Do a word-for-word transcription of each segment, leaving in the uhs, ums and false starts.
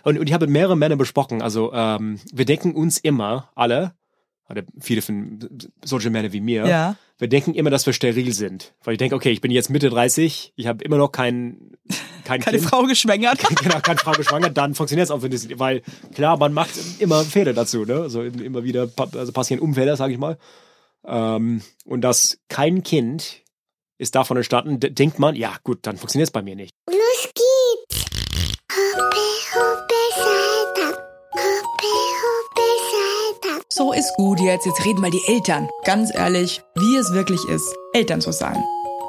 Und, und ich habe mit mehreren Männern besprochen, also ähm, wir denken uns immer, alle, oder viele von solchen Männern wie mir, Ja. wir denken immer, dass wir steril sind. Weil ich denke, okay, ich bin jetzt Mitte dreißig, ich habe immer noch kein, kein Keine Kind. Frau geschwängert. Genau, keine Frau geschwanger, dann funktioniert es auch, wenn das, weil klar, man macht immer Fehler dazu, ne? Also immer wieder also passieren Unfälle, sage ich mal. Ähm, und dass kein Kind ist davon entstanden, d- denkt man, ja gut, dann funktioniert es bei mir nicht. Los geht's! Hoppe, hoppe, Saltag. Hoppe, hoppe, Saltag. So ist gut jetzt, jetzt reden mal die Eltern. Ganz ehrlich, wie es wirklich ist, Eltern zu sein.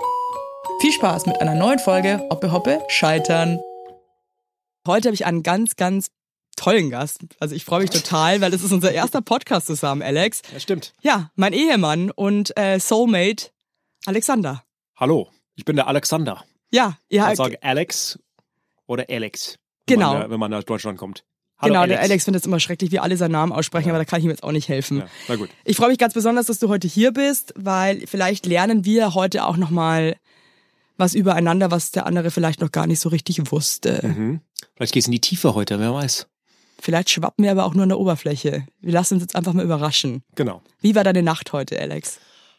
Viel Spaß mit einer neuen Folge Hoppe Hoppe Scheitern. Heute habe ich einen ganz, ganz tollen Gast. Also ich freue mich total, weil das ist unser erster Podcast zusammen, Alex. Ja, stimmt. Ja, mein Ehemann und äh, Soulmate Alexander. Hallo, ich bin der Alexander. Ja, ja. Ich sage Alex oder Alex, Genau. wenn man, wenn man nach Deutschland kommt. Hallo, Genau, der Alex findet es immer schrecklich, wie alle seinen Namen aussprechen, Ja. aber da kann ich ihm jetzt auch nicht helfen. Ja, na gut. Ich freue mich ganz besonders, dass du heute hier bist, weil vielleicht lernen wir heute auch nochmal was übereinander, was der andere vielleicht noch gar nicht so richtig wusste. Mhm. Vielleicht geht's in die Tiefe heute, wer weiß. Vielleicht schwappen wir aber auch nur an der Oberfläche. Wir lassen uns jetzt einfach mal überraschen. Genau. Wie war deine Nacht heute, Alex?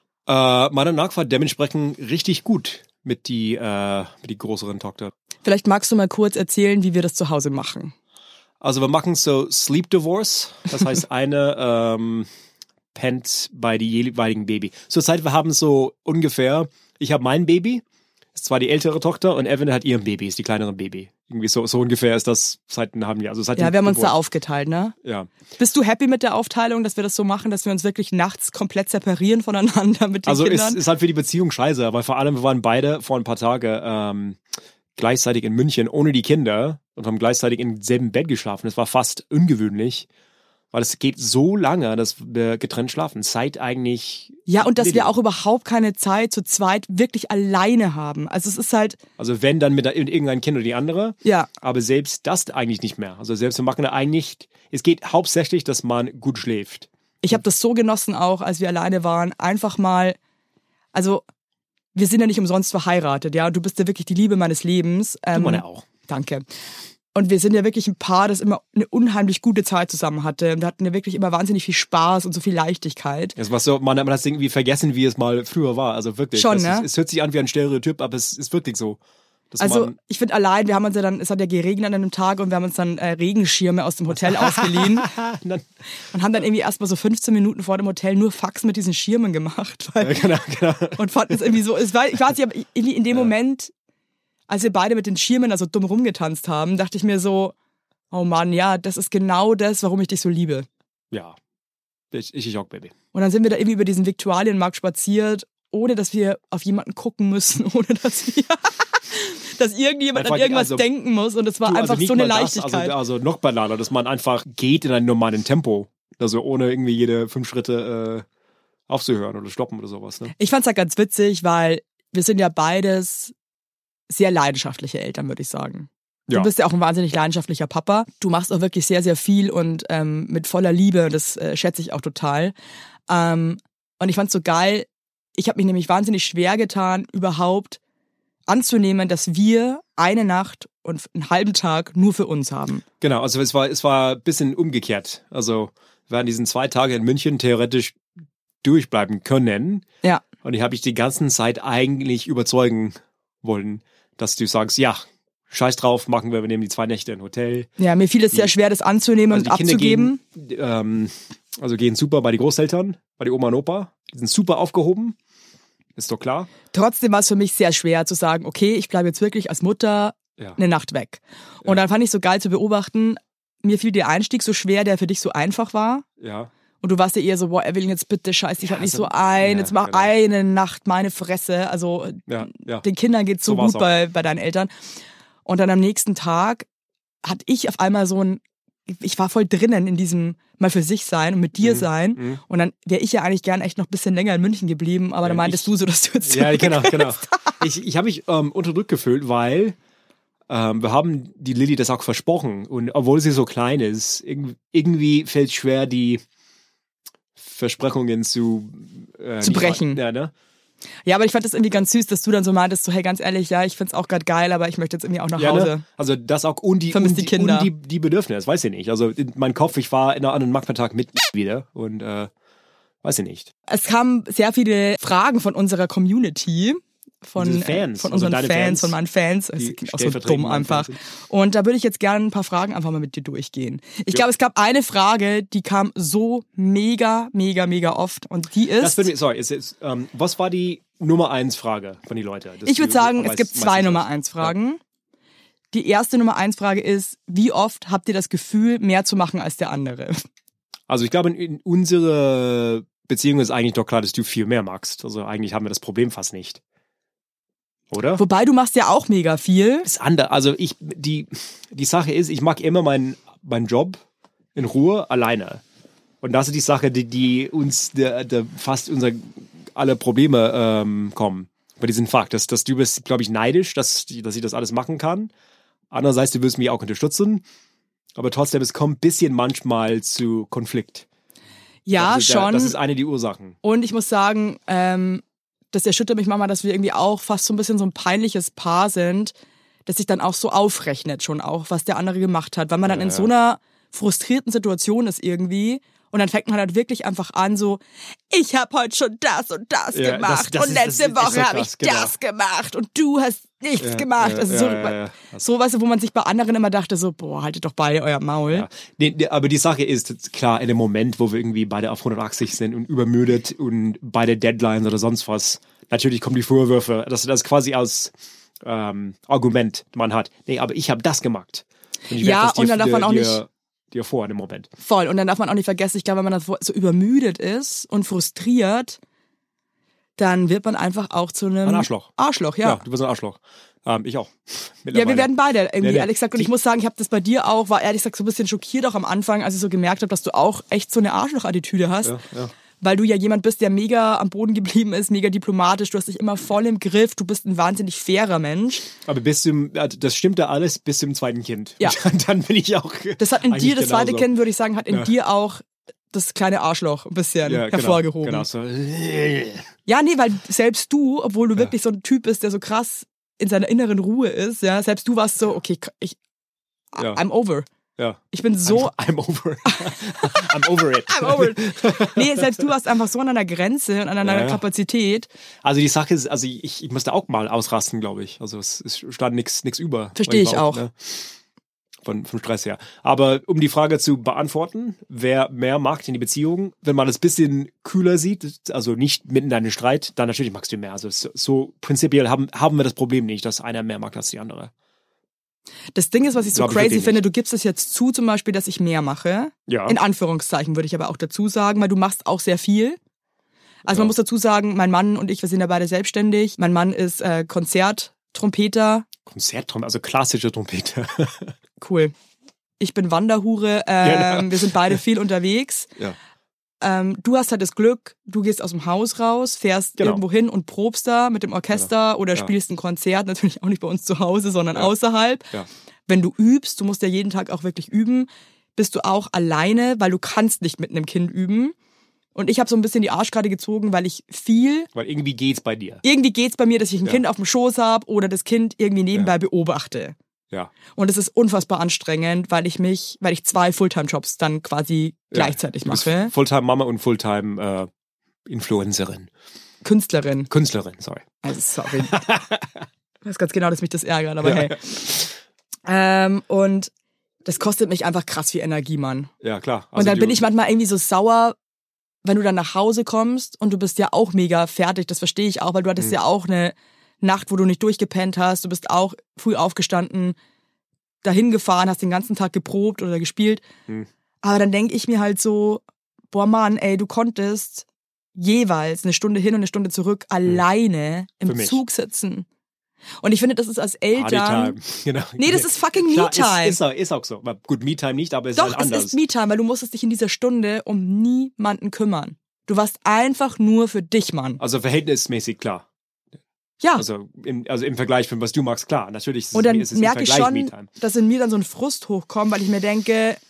Äh, meine Nacht war dementsprechend richtig gut mit die, äh, mit die größeren Tochter. Vielleicht magst du mal kurz erzählen, wie wir das zu Hause machen. Also wir machen so Sleep Divorce. Das heißt, eine ähm, pennt bei die jeweiligen Baby. Zurzeit, wir haben so ungefähr, ich habe mein Baby, ist zwar die ältere Tochter und Evan hat ihren Baby, ist die kleinere Baby. Irgendwie so, so ungefähr ist das seit einem halben Jahr. Also seit Ja, dem wir haben uns da Geburt. aufgeteilt, ne? Ja. Bist du happy mit der Aufteilung, dass wir das so machen, dass wir uns wirklich nachts komplett separieren voneinander mit den Also ist, Kindern? ist halt für die Beziehung scheiße, weil vor allem wir waren beide vor ein paar Tagen ähm, gleichzeitig in München ohne die Kinder und haben gleichzeitig im selben Bett geschlafen. Das war fast ungewöhnlich, weil es geht so lange, dass wir getrennt schlafen. Seit eigentlich... Ja, und dass Lilly. wir auch überhaupt keine Zeit zu zweit wirklich alleine haben. Also es ist halt, Also wenn, dann mit irgendein Kind oder die andere. ja, Aber selbst das eigentlich nicht mehr. Also selbst wir machen da eigentlich... Es geht hauptsächlich, dass man gut schläft. ich habe das so genossen auch, als wir alleine waren, einfach mal, also wir sind ja nicht umsonst verheiratet, ja, und du bist ja wirklich die Liebe meines Lebens. Du Ähm, meine auch. Danke. Und wir sind ja wirklich ein Paar, das immer eine unheimlich gute Zeit zusammen hatte. Und wir hatten ja wirklich immer wahnsinnig viel Spaß und so viel Leichtigkeit. Es war so, man, man hat es irgendwie vergessen, wie es mal früher war. Also wirklich. Schon, das ne? ist, es hört sich an wie ein Stereotyp, aber es ist wirklich so. Dass Also man, ich finde allein, wir haben uns ja dann, es hat ja geregnet an einem Tag und wir haben uns dann äh, Regenschirme aus dem Hotel ausgeliehen dann, und haben dann irgendwie erst mal so fünfzehn Minuten vor dem Hotel nur Fax mit diesen Schirmen gemacht. Weil, ja, genau, genau. und fanden es irgendwie so, es war, ich weiß nicht, aber irgendwie in dem Ja. Moment, als wir beide mit den Schirmen da so dumm rumgetanzt haben, dachte ich mir so, oh Mann, ja, das ist genau das, warum ich dich so liebe. Ja. Ich, ich, ich auch, Baby. Und dann sind wir da irgendwie über diesen Viktualienmarkt spaziert, ohne dass wir auf jemanden gucken müssen, ohne dass wir, dass irgendjemand Einfach, an irgendwas also, denken muss. Und es war Du, einfach nicht so eine mal das, Leichtigkeit. Also, also noch banaler, dass man einfach geht in einem normalen Tempo. Also ohne irgendwie jede fünf Schritte äh, aufzuhören oder stoppen oder sowas. Ne? Ich fand's halt ganz witzig, weil wir sind ja beides sehr leidenschaftliche Eltern, würde ich sagen. Ja. Du bist ja auch ein wahnsinnig leidenschaftlicher Papa. Du machst auch wirklich sehr, sehr viel und ähm, mit voller Liebe. Das äh, schätze ich auch total. Ähm, und ich fand's so geil. Ich habe mich nämlich wahnsinnig schwer getan, überhaupt anzunehmen, dass wir eine Nacht und einen halben Tag nur für uns haben. Genau, also es war, es war ein bisschen umgekehrt. Also wir waren diesen zwei Tage in München theoretisch durchbleiben können. Ja. Und ich habe dich die ganze Zeit eigentlich überzeugen wollen, dass du sagst, ja, scheiß drauf, machen wir, wir nehmen die zwei Nächte im Hotel. Ja, mir fiel es sehr schwer, das anzunehmen Also und die Kinder abzugeben. gehen, ähm, also gehen super bei den Großeltern, bei den Oma und Opa. Die sind super aufgehoben. Ist doch klar. Trotzdem war es für mich sehr schwer zu sagen, okay, ich bleibe jetzt wirklich als Mutter Ja. eine Nacht weg. Und Ja. dann fand ich so geil zu beobachten, mir fiel der Einstieg so schwer, der für dich so einfach war. Ja. Und du warst ja eher so, boah, Evelyn, jetzt bitte scheiß dich Ja, halt nicht also- so ein, ja, jetzt mach genau. eine Nacht meine Fresse. Also Ja, ja. den Kindern geht's so, So war's gut auch. bei, bei deinen Eltern. Und dann am nächsten Tag hatte ich auf einmal so ein, ich war voll drinnen in diesem mal für sich sein und mit dir Mhm, sein. mhm. Und dann wäre ich ja eigentlich gern echt noch ein bisschen länger in München geblieben, aber Ja, dann meintest ich- du so, dass du jetzt Ja, genau, zurück genau. bist. Ich, ich habe mich ähm, unterdrückt gefühlt, weil ähm, wir haben die Lilly das auch versprochen. Und obwohl sie so klein ist, irg- irgendwie fällt es schwer, die Versprechungen zu, äh, Zu nicht- brechen. Ja, ne? Ja, aber ich fand das irgendwie ganz süß, dass du dann so meintest, so hey, ganz ehrlich, ja, ich find's auch gerade geil, aber ich möchte jetzt irgendwie auch nach Ja, Hause. ne? Also das auch und die, Vermisst und die die, Kinder. und die, die Bedürfnisse, weiß ich nicht. Also in meinem Kopf, ich war in einem Nachmittag mit wieder und äh, weiß ich nicht. Es kamen sehr viele Fragen von unserer Community. Von, Diese Fans, von also unseren deine Fans, Fans, von meinen Fans. Es die klingt auch so stellvertretend dumm meine einfach. Fans Und da würde ich jetzt gerne ein paar Fragen einfach mal mit dir durchgehen. Ich glaube, es gab eine Frage, die kam so mega, mega, mega oft. Und die ist... Das würde mir, sorry, ist jetzt, ähm, was war die Nummer eins Frage von den Leuten? Das ich würde du- sagen, weiß- es gibt meistens zwei das. Nummer eins Fragen. Die erste Nummer eins Frage ist, wie oft habt ihr das Gefühl, mehr zu machen als der andere? Also ich glaube, in, in unserer Beziehung ist eigentlich doch klar, dass du viel mehr magst. Also eigentlich haben wir das Problem fast nicht. Oder? Wobei, du machst ja auch mega viel. ist anders. Also ich, die, die Sache ist, ich mag immer meinen meinen Job in Ruhe alleine. Und das ist die Sache, die, die uns der, der fast unser alle Probleme ähm, kommen. Bei diesem Fakt, dass, dass du bist, glaube ich, neidisch, dass, dass ich das alles machen kann. Andererseits, du wirst mich auch unterstützen. Aber trotzdem, es kommt ein bisschen manchmal zu Konflikt. Ja, das ist, der- schon. Das ist eine der Ursachen. Und ich muss sagen, ähm, das erschüttert mich manchmal, dass wir irgendwie auch fast so ein bisschen so ein peinliches Paar sind, dass sich dann auch so aufrechnet schon auch, was der andere gemacht hat. Weil man dann Ja, in ja. so einer frustrierten Situation ist irgendwie und dann fängt man halt wirklich einfach an so, ich habe heute schon das und das Ja, gemacht das- das und ist- das letzte ist echt so Woche habe ich krass, genau. das gemacht und du hast nichts Ja, gemacht. ja, Also so, ja, ja, ja. so, weißt du, wo man sich bei anderen immer dachte so, boah, haltet doch bei euer Maul. Ja. Nee, nee, aber die Sache ist, klar, in dem Moment, wo wir irgendwie beide auf hundertachtzig sind und übermüdet und beide Deadlines oder sonst was, natürlich kommen die Vorwürfe, dass das quasi als ähm, Argument man hat. Nee, aber ich habe das gemacht. Und ich Ja, werf das dir, und dann darf dir, man auch dir, nicht- dir vor in dem Moment. Voll. Und dann darf man auch nicht vergessen, ich glaube, wenn man dann so übermüdet ist und frustriert, dann wird man einfach auch zu einem Ein Arschloch. Arschloch, Ja, ja. du bist ein Arschloch. Ähm, ich auch. Ja, Mittlerweile. wir werden beide irgendwie, Nee, nee. ehrlich gesagt. Und ich muss sagen, ich habe das bei dir auch, war ehrlich gesagt so ein bisschen schockiert auch am Anfang, als ich so gemerkt habe, dass du auch echt so eine Arschloch-Attitüde hast. Ja, ja. Weil du ja jemand bist, der mega am Boden geblieben ist, mega diplomatisch. Du hast dich immer voll im Griff. Du bist ein wahnsinnig fairer Mensch. Aber bis zum, das stimmt ja alles bis zum zweiten Kind. Ja. Und dann, dann bin ich auch. Das hat in eigentlich dir, das zweite genauso. Kind, würde ich sagen, hat in Ja. dir auch das kleine Arschloch ein bisschen Ja, genau, hervorgehoben. Genau, so. Ja, nee, weil selbst du, obwohl du wirklich so ein Typ bist, der so krass in seiner inneren Ruhe ist, ja, selbst du warst so, okay, ich, Ja. I'm over. Ja. Ich bin so, I'm, I'm over. I'm over it. I'm over. Nee, selbst du warst einfach so an deiner Grenze und an deiner Ja, ja. Kapazität. Also die Sache ist, also ich, ich musste auch mal ausrasten, glaube ich. Also es, es stand nichts nix über. Verstehe ich Weil war auch. Ne, von, vom Stress her. Aber um die Frage zu beantworten, wer mehr mag in die Beziehung, wenn man das bisschen kühler sieht, also nicht mitten in einen Streit, dann natürlich magst du mehr. Also so, so prinzipiell haben, haben wir das Problem nicht, dass einer mehr mag als die andere. Das Ding ist, was ich so Glaub ich crazy wirklich finde, du gibst es jetzt zu, zum Beispiel, dass ich mehr mache. Ja. In Anführungszeichen würde ich aber auch dazu sagen, weil du machst auch sehr viel. Also Ja. man muss dazu sagen, mein Mann und ich, wir sind ja beide selbstständig. Mein Mann ist äh, Konzerttrompeter. Konzerttrompete, also klassische Trompete. Cool. Ich bin Wanderhure. Ähm, Genau. Wir sind beide viel unterwegs. Ja. Ähm, du hast halt das Glück, du gehst aus dem Haus raus, fährst Genau. irgendwo hin und probst da mit dem Orchester oder Ja. spielst ein Konzert, natürlich auch nicht bei uns zu Hause, sondern Ja. außerhalb. Ja. Wenn du übst, du musst ja jeden Tag auch wirklich üben, bist du auch alleine, weil du kannst nicht mit einem Kind üben. Und ich habe so ein bisschen die Arschkarte gezogen, weil ich viel, Weil irgendwie geht's bei dir. irgendwie geht's bei mir, dass ich ein Ja. Kind auf dem Schoß habe oder das Kind irgendwie nebenbei beobachte. Ja. Und es ist unfassbar anstrengend, weil ich mich, weil ich zwei Fulltime-Jobs dann quasi gleichzeitig Du bist mache. Fulltime-Mama und Fulltime äh, Influencerin. Künstlerin. Künstlerin, sorry. Also sorry. Ich weiß ganz genau, dass mich das ärgert, aber hey. Ähm, und das kostet mich einfach krass viel Energie, Mann. Ja, klar. Und Also dann du- bin ich manchmal irgendwie so sauer, wenn du dann nach Hause kommst und du bist ja auch mega fertig. Das verstehe ich auch, weil du hattest Mhm. ja auch eine Nacht, wo du nicht durchgepennt hast. Du bist auch früh aufgestanden, dahin gefahren, hast den ganzen Tag geprobt oder gespielt. Mhm. Aber dann denke ich mir halt so, boah Mann, ey, du konntest jeweils eine Stunde hin und eine Stunde zurück alleine Für im mich. Zug sitzen. Und ich finde, das ist als Eltern... Partytime. Genau. Nee, das ist fucking Klar, Me-Time. Ist, ist, auch, ist auch so. Aber gut, Me-Time nicht, aber es Doch, ist halt es anders. ist Me-Time, weil du musstest dich in dieser Stunde um niemanden kümmern. Du warst einfach nur für dich, Mann. Also verhältnismäßig klar. Ja. Also im, also im Vergleich von was du magst, klar. Natürlich ist es, Und dann ist es im merke ich Vergleich schon, Me-Time. dass in mir dann so ein Frust hochkommt, weil ich mir denke,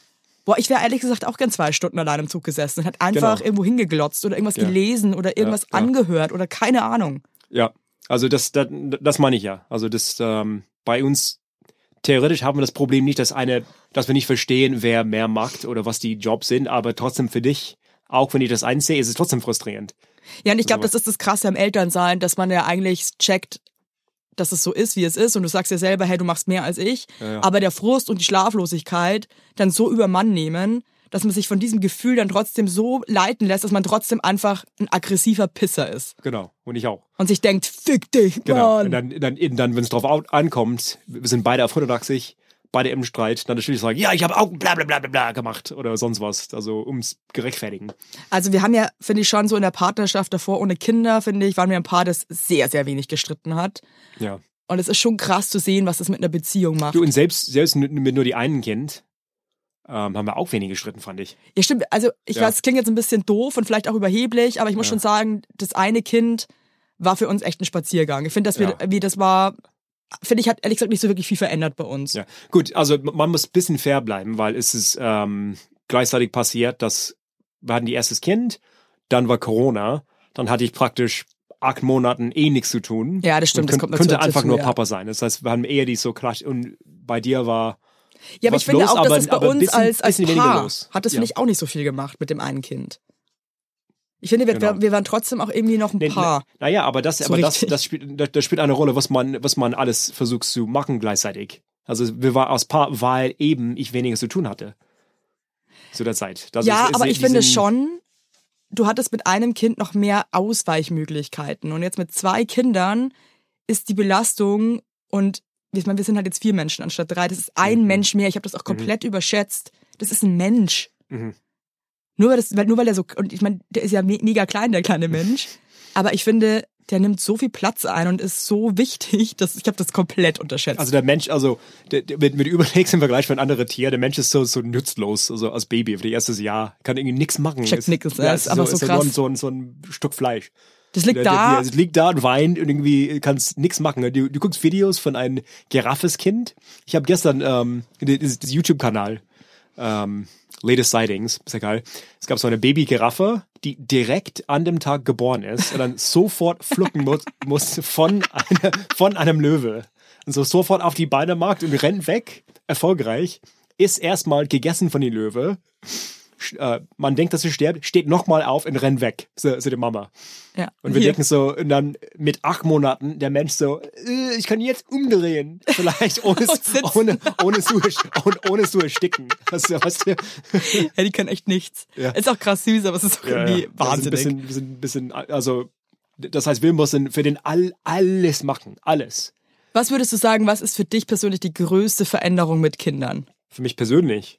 Boah, ich wäre ehrlich gesagt auch gern zwei Stunden allein im Zug gesessen und hat einfach Genau. irgendwo hingeglotzt oder irgendwas Ja. gelesen oder irgendwas Ja, ja. angehört oder keine Ahnung. Ja, also das, das, das meine ich ja. Also das ähm, bei uns theoretisch haben wir das Problem nicht, dass eine, dass wir nicht verstehen, wer mehr macht oder was die Jobs sind, aber trotzdem für dich, auch wenn ich das einsehe, ist es trotzdem frustrierend. Ja, und ich glaube, So. das ist das Krasse am Elternsein, dass man ja eigentlich checkt, dass es so ist, wie es ist und du sagst ja selber, hey, du machst mehr als ich, Ja, ja. aber der Frust und die Schlaflosigkeit dann so übermann nehmen, dass man sich von diesem Gefühl dann trotzdem so leiten lässt, dass man trotzdem einfach ein aggressiver Pisser ist Genau, und ich auch. und sich denkt, fick dich, Genau. Mann. Und dann, dann, dann wenn es drauf au- ankommt, wir sind beide auf hundertachtzig, beide im Streit, dann natürlich sagen, ja, ich habe auch bla bla bla bla bla gemacht oder sonst was, also ums gerechtfertigen. Also wir haben ja, finde ich, schon so in der Partnerschaft davor ohne Kinder, finde ich, waren wir ein Paar, das sehr, sehr wenig gestritten hat. Ja. Und es ist schon krass zu sehen, was das mit einer Beziehung macht. Du, und selbst, selbst mit nur die einen Kind, ähm, haben wir auch wenig gestritten, fand ich. Ja, stimmt. Also ich Ja. weiß, es klingt jetzt ein bisschen doof und vielleicht auch überheblich, aber ich muss Ja. schon sagen, das eine Kind war für uns echt ein Spaziergang. Ich finde, dass wir, Ja. wie das war, finde ich, hat ehrlich gesagt nicht so wirklich viel verändert bei uns. Ja, gut, also man muss ein bisschen fair bleiben, weil es ist ähm, gleichzeitig passiert, dass wir hatten die erstes Kind, dann war Corona, dann hatte ich praktisch acht Monaten eh nichts zu tun. Ja, das stimmt, Und das könnt- kommt noch könnte dazu, einfach nur ja. Papa sein. Das heißt, wir haben eher die so krass und bei dir war Ja, aber was ich finde los, auch, dass aber- es bei aber uns bisschen- als, als bisschen weniger Paar los. hat das, Ja. finde ich, auch nicht so viel gemacht mit dem einen Kind. Ich finde, wir, Genau. wir waren trotzdem auch irgendwie noch ein Nee, Paar. na, naja, aber das, So aber das, richtig. das spielt, das, das spielt eine Rolle, was man, was man alles versucht zu machen gleichzeitig. Also wir waren aus Paar, weil eben ich weniger zu tun hatte zu der Zeit. Das Ja, ist- ist aber ich diesen- finde schon, du hattest mit einem Kind noch mehr Ausweichmöglichkeiten. Und jetzt mit zwei Kindern ist die Belastung und ich meine, wir sind halt jetzt vier Menschen anstatt drei. Das ist ein Mhm. Mensch mehr. Ich habe das auch komplett überschätzt. Das ist ein Mensch. Mhm. Nur weil, das, weil, nur weil er so, und ich meine, der ist ja me mega klein, der kleine Mensch. Aber ich finde, der nimmt so viel Platz ein und ist so wichtig, dass ich habe das komplett unterschätzt. Also der Mensch, also der, der, mit, mit überlegst im Vergleich für ein anderes Tier, der Mensch ist so, so nutzlos, also als Baby für das erste Jahr, kann irgendwie nichts machen. Checkt Ist- nix, ja, ist einfach so ist krass. nur So ein, so ein Stück Fleisch. das liegt Der, da. der, der, es liegt da und weint und irgendwie kannst nichts machen. Du, du guckst Videos von einem Giraffeskind. Ich habe gestern ähm, das, das YouTube-Kanal ähm, Latest Sightings, ist ja geil. Es gab so eine Baby-Giraffe, die direkt an dem Tag geboren ist und dann sofort flucken muss, muss von, einer, von einem Löwe. Und so sofort auf die Beine macht und rennt weg, erfolgreich, ist erstmal gegessen von den Löwe. Sch- Äh, man denkt, dass sie stirbt, steht nochmal auf und rennt weg, so, so die Mama. Ja. Und wir Hier. denken so, und dann mit acht Monaten der Mensch so, äh, ich kann jetzt umdrehen. Vielleicht ohne, Und sitzen. ohne, ohne, zu, ohne, ohne zu ersticken. Also, weißt du? Ja, die können echt nichts. Ja. Ist auch krass süß, aber es ist auch irgendwie Das wahnsinnig. ist ein bisschen, wir sind ein bisschen, also, das heißt, wir müssen für den all, alles machen. Alles. Was würdest du sagen, was ist für dich persönlich die größte Veränderung mit Kindern? Für mich persönlich.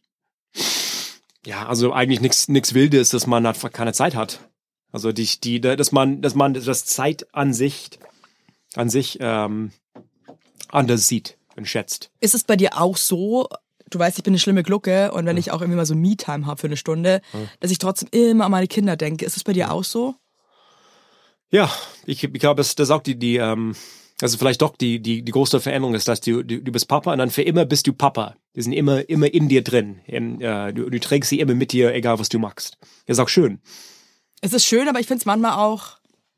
Ja, also eigentlich nichts nichts Wildes, dass man einfach keine Zeit hat. Also die, die, dass man, dass man das Zeit an sich, an sich ähm, anders sieht und schätzt. Ist es bei dir auch so, du weißt, ich bin eine schlimme Glucke und wenn ich auch irgendwie mal so Me-Time habe für eine Stunde, dass ich trotzdem immer an meine Kinder denke. Ist es bei dir auch so? Ja, ich, ich glaube, das, das ist auch die, die, ähm, also vielleicht doch die, die, die große Veränderung ist, dass du, du, du bist Papa und dann für immer bist du Papa. Die sind immer, immer in dir drin. In, äh, du, du trägst sie immer mit dir, egal was du machst. Das ist auch schön. Es ist schön, aber ich finde es manchmal auch.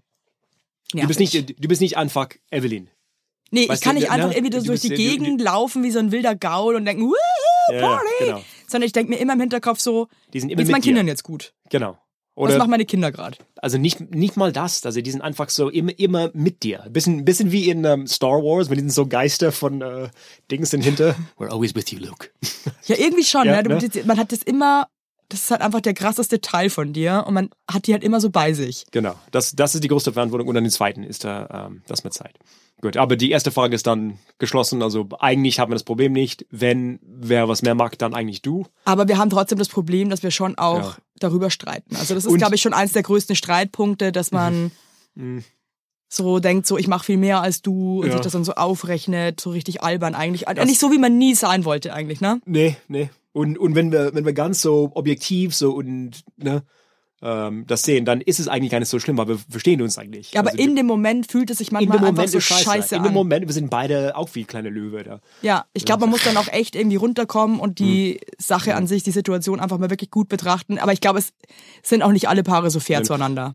Du bist nervig. nicht, du bist nicht einfach Evelyn. Nee, ich weißt kann du, nicht ne, einfach ne, irgendwie du durch die bist- du- Gegend laufen wie so ein wilder Gaul und denken, Wuhu, Ja, ja, Party! genau. Sondern ich denke mir immer im Hinterkopf so, Die sind immer geht's mit meinen dir. Kindern jetzt gut? Genau. Was Oder, machen meine Kinder gerade? also nicht, nicht mal das. Also die sind einfach so immer, immer mit dir. Bisschen, bisschen wie in ähm, Star Wars, mit diesen so Geister von äh, Dings sind hinter. We're always with you, Luke. Ja, irgendwie schon. Ja, ne? Du, ne? Man hat das immer, das ist halt einfach der krasseste Teil von dir und man hat die halt immer so bei sich. Genau. Das, das ist die größte Verantwortung. Und dann den zweiten ist da, ähm, das mit Zeit. Gut, aber die erste Frage ist dann geschlossen. Also eigentlich haben wir das Problem nicht. Wenn wer was mehr mag, dann eigentlich du. Aber wir haben trotzdem das Problem, dass wir schon auch Ja. darüber streiten. Also das ist, Und- glaube ich, schon eins der größten Streitpunkte, dass man Mhm. so denkt, so ich mache viel mehr als du und Ja. sich das dann so aufrechnet, so richtig albern eigentlich. Eigentlich so, wie man nie sein wollte eigentlich, ne? Nee, nee. Und, und wenn wir, wenn wir ganz so objektiv so und, ne, ähm, das sehen, dann ist es eigentlich gar nicht so schlimm, weil wir verstehen uns eigentlich. Ja, aber also, in dem Moment fühlt es sich manchmal einfach so scheiße, scheiße in an. dem Moment, wir sind beide auch wie kleine Löwe da. Ja, ich glaube, man muss dann auch echt irgendwie runterkommen und die Mhm. Sache an sich, die Situation einfach mal wirklich gut betrachten. Aber ich glaube, es sind auch nicht alle Paare so fair Ja. zueinander.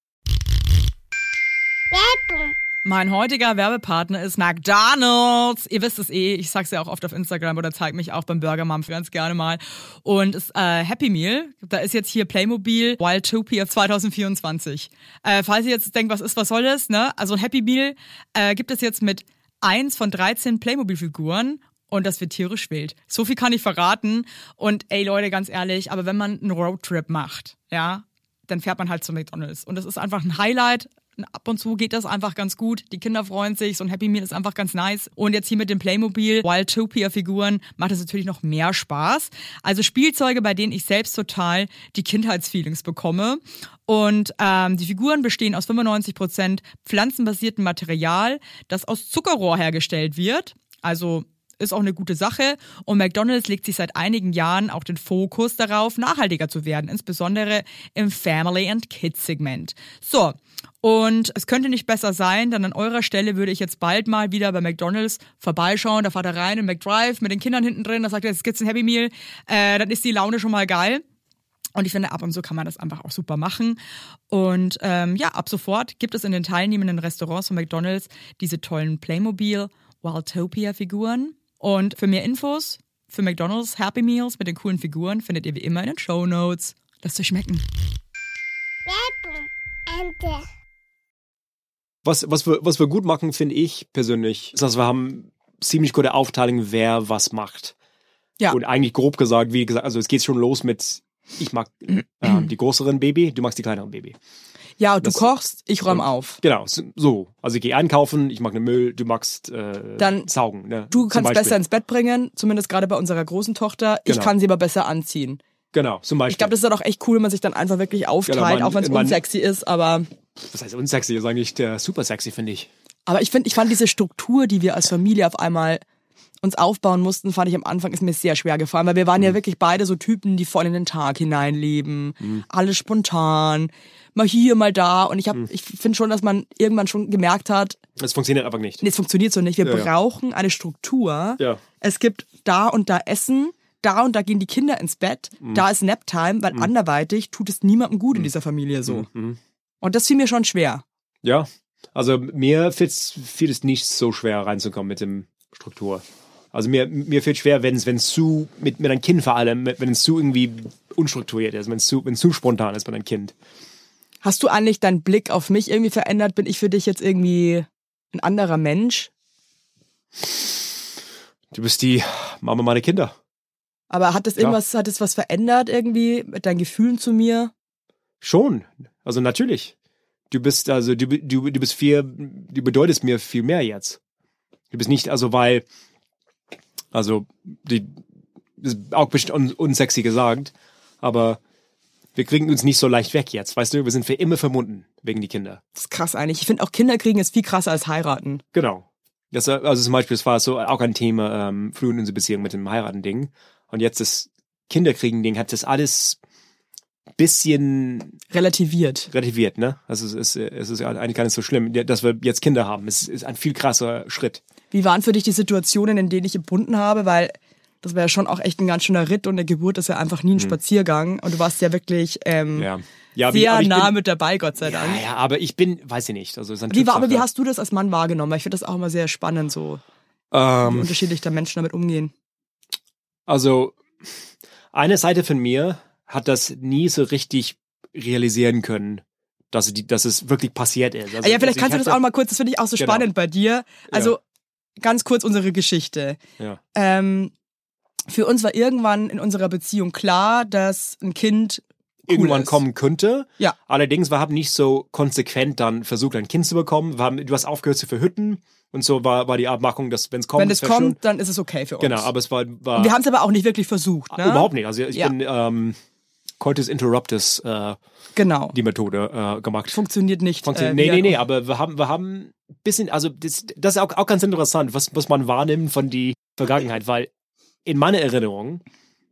Werbung. Mein heutiger Werbepartner ist McDonald's. Ihr wisst es eh, ich sag's ja auch oft auf Instagram oder zeige mich auch beim Burger Mom ganz gerne mal. Und es äh, Happy Meal, da ist jetzt hier Playmobil Wildtopia zwanzig vierundzwanzig. Äh, falls ihr jetzt denkt, was ist, was soll das, ne? Also ein Happy Meal äh, gibt es jetzt mit eins von dreizehn Playmobil-Figuren. Und das wird tierisch wild. So viel kann ich verraten. Und ey Leute, ganz ehrlich, aber wenn man einen Roadtrip macht, ja, dann fährt man halt zu McDonald's. Und das ist einfach ein Highlight. Ab und zu geht das einfach ganz gut. Die Kinder freuen sich. So ein Happy Meal ist einfach ganz nice. Und jetzt hier mit dem Playmobil Wildtopia-Figuren macht es natürlich noch mehr Spaß. Also Spielzeuge, bei denen ich selbst total die Kindheitsfeelings bekomme. Und ähm, die Figuren bestehen aus fünfundneunzig Prozent pflanzenbasiertem Material, das aus Zuckerrohr hergestellt wird. Also ist auch eine gute Sache. Und McDonald's legt sich seit einigen Jahren auch den Fokus darauf, nachhaltiger zu werden, insbesondere im Family- and Kids-Segment. So, und es könnte nicht besser sein, denn an eurer Stelle würde ich jetzt bald mal wieder bei McDonald's vorbeischauen. Da fahrt er rein in McDrive mit den Kindern hinten drin, da sagt er, jetzt gibt's ein Happy Meal. Äh, dann ist die Laune schon mal geil. Und ich finde, ab und zu kann man das einfach auch super machen. Und ähm, ja, ab sofort gibt es in den teilnehmenden Restaurants von McDonald's diese tollen Playmobil Wildtopia-Figuren. Und für mehr Infos, für McDonald's Happy Meals mit den coolen Figuren, findet ihr wie immer in den Shownotes. Lasst euch schmecken. Werbung. Ende. Was, was, wir, was wir gut machen, finde ich persönlich, ist, dass wir haben ziemlich gute Aufteilung, wer was macht. Ja. Und eigentlich grob gesagt, wie gesagt, also es geht schon los mit, ich mag ähm, die größeren Baby, du magst die kleineren Baby. Ja, du Das- kochst, ich räume auf. Genau, so. Also ich gehe einkaufen, ich mag den Müll, du magst äh, Dann- saugen. Ne? Du Zum kannst Beispiel. besser ins Bett bringen, zumindest gerade bei unserer großen Tochter. Ich Genau. kann sie aber besser anziehen. Genau, zum Beispiel. Ich glaube, das ist dann auch echt cool, wenn man sich dann einfach wirklich aufteilt, Genau, man- auch wenn es man- unsexy ist. Aber, Das heißt unsexy, ist eigentlich der super sexy, finde ich. aber ich finde, ich fand diese Struktur, die wir als Familie auf einmal uns aufbauen mussten, fand ich am Anfang ist mir sehr schwer gefallen, weil wir waren Mhm. ja wirklich beide so Typen, die voll in den Tag hineinleben, alles spontan, mal hier, mal da. Und ich habe, Mhm. ich finde schon, dass man irgendwann schon gemerkt hat, Das funktioniert einfach nicht. nee, es funktioniert so nicht. Wir Ja, ja. brauchen eine Struktur. Ja. Es gibt da und da Essen, da und da gehen die Kinder ins Bett, Mhm. da ist Naptime, weil anderweitig tut es niemandem gut in dieser Familie so. Mhm. Und das fiel mir schon schwer. Ja, also mir fällt's- fiel es nicht so schwer reinzukommen mit dem Struktur. Also mir, mir fällt schwer, wenn es wenn es zu, mit, mit einem Kind vor allem, wenn es zu irgendwie unstrukturiert ist, wenn es zu, wenn es zu spontan ist mit einem Kind. Hast du eigentlich deinen Blick auf mich irgendwie verändert? Bin ich für dich jetzt irgendwie ein anderer Mensch? Du bist die Mama meiner Kinder. Aber hat das Ja. irgendwas, hat das was verändert irgendwie mit deinen Gefühlen zu mir? Schon. Also natürlich. Du bist, also du, du, du bist viel, du bedeutest mir viel mehr jetzt. Du bist nicht, also weil, also, die, das ist auch bestimmt un, unsexy gesagt, aber wir kriegen uns nicht so leicht weg jetzt, weißt du? Wir sind für immer verbunden wegen die Kinder. Das ist krass eigentlich. Ich finde auch Kinder kriegen ist viel krasser als heiraten. Genau. Das, also zum Beispiel, es war so auch ein Thema ähm, früher in unserer Beziehung mit dem Heiraten-Ding. Und jetzt das Kinderkriegen-Ding hat das alles bisschen Relativiert. relativiert, ne? Also es ist, es ist eigentlich gar nicht so schlimm, dass wir jetzt Kinder haben. Es ist ein viel krasser Schritt. Wie waren für dich die Situationen, in denen ich gebunden habe? Weil das war ja schon auch echt ein ganz schöner Ritt und eine Geburt ist ja einfach nie ein Spaziergang. Und du warst ja wirklich ähm, Hm. Ja. Ja, aber ich- sehr aber ich nah bin, mit dabei, Gott sei Dank. Ja, ja, aber ich bin, weiß ich nicht. Also es ist eine Wie war, aber wie Typsache. hast du das als Mann wahrgenommen? Weil ich finde das auch immer sehr spannend, so wie ähm, unterschiedlich da Menschen damit umgehen. Also eine Seite von mir hat das nie so richtig realisieren können, dass, die, dass es wirklich passiert ist. Also, Ah ja, vielleicht also kannst du ich das auch mal kurz, das finde ich auch so Genau. spannend bei dir. Also ganz kurz unsere Geschichte. Ja. Ähm, für uns war irgendwann in unserer Beziehung klar, dass ein Kind cool irgendwann ist. kommen könnte. Ja. Allerdings, wir haben nicht so konsequent dann versucht, ein Kind zu bekommen. Wir haben, du hast aufgehört zu verhüten und so war, war die Abmachung, dass wenn es kommt, Wenn es wär schön. kommt, dann ist es okay für uns. Genau, aber es war, war Wir haben es aber auch nicht wirklich versucht. Ne? überhaupt nicht. Also ich Ja. bin ähm, Coitus Interruptus äh, Genau. die Methode äh, gemacht. Funktioniert nicht. Funktioniert. äh, nee, wie nee, ein- nee, aber wir haben, wir haben ein bisschen, also das, das ist auch, auch ganz interessant, was, was man wahrnimmt von die Vergangenheit, weil in meiner Erinnerung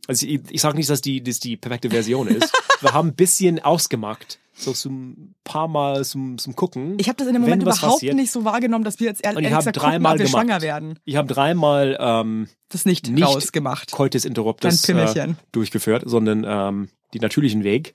Also ich, ich sage nicht, dass die, das die perfekte Version ist. Wir haben ein bisschen ausgemacht. So zum paar Mal zum, zum Gucken. Ich habe das in dem Moment überhaupt passiert. nicht so wahrgenommen, dass wir jetzt ehrlich Und ich gesagt habe gucken, dreimal ob wir gemacht. schwanger werden. Ich habe dreimal ähm, Das nicht, nicht rausgemacht. Coitus interruptus Dein Pimmelchen. äh, durchgeführt, sondern ähm, den natürlichen Weg.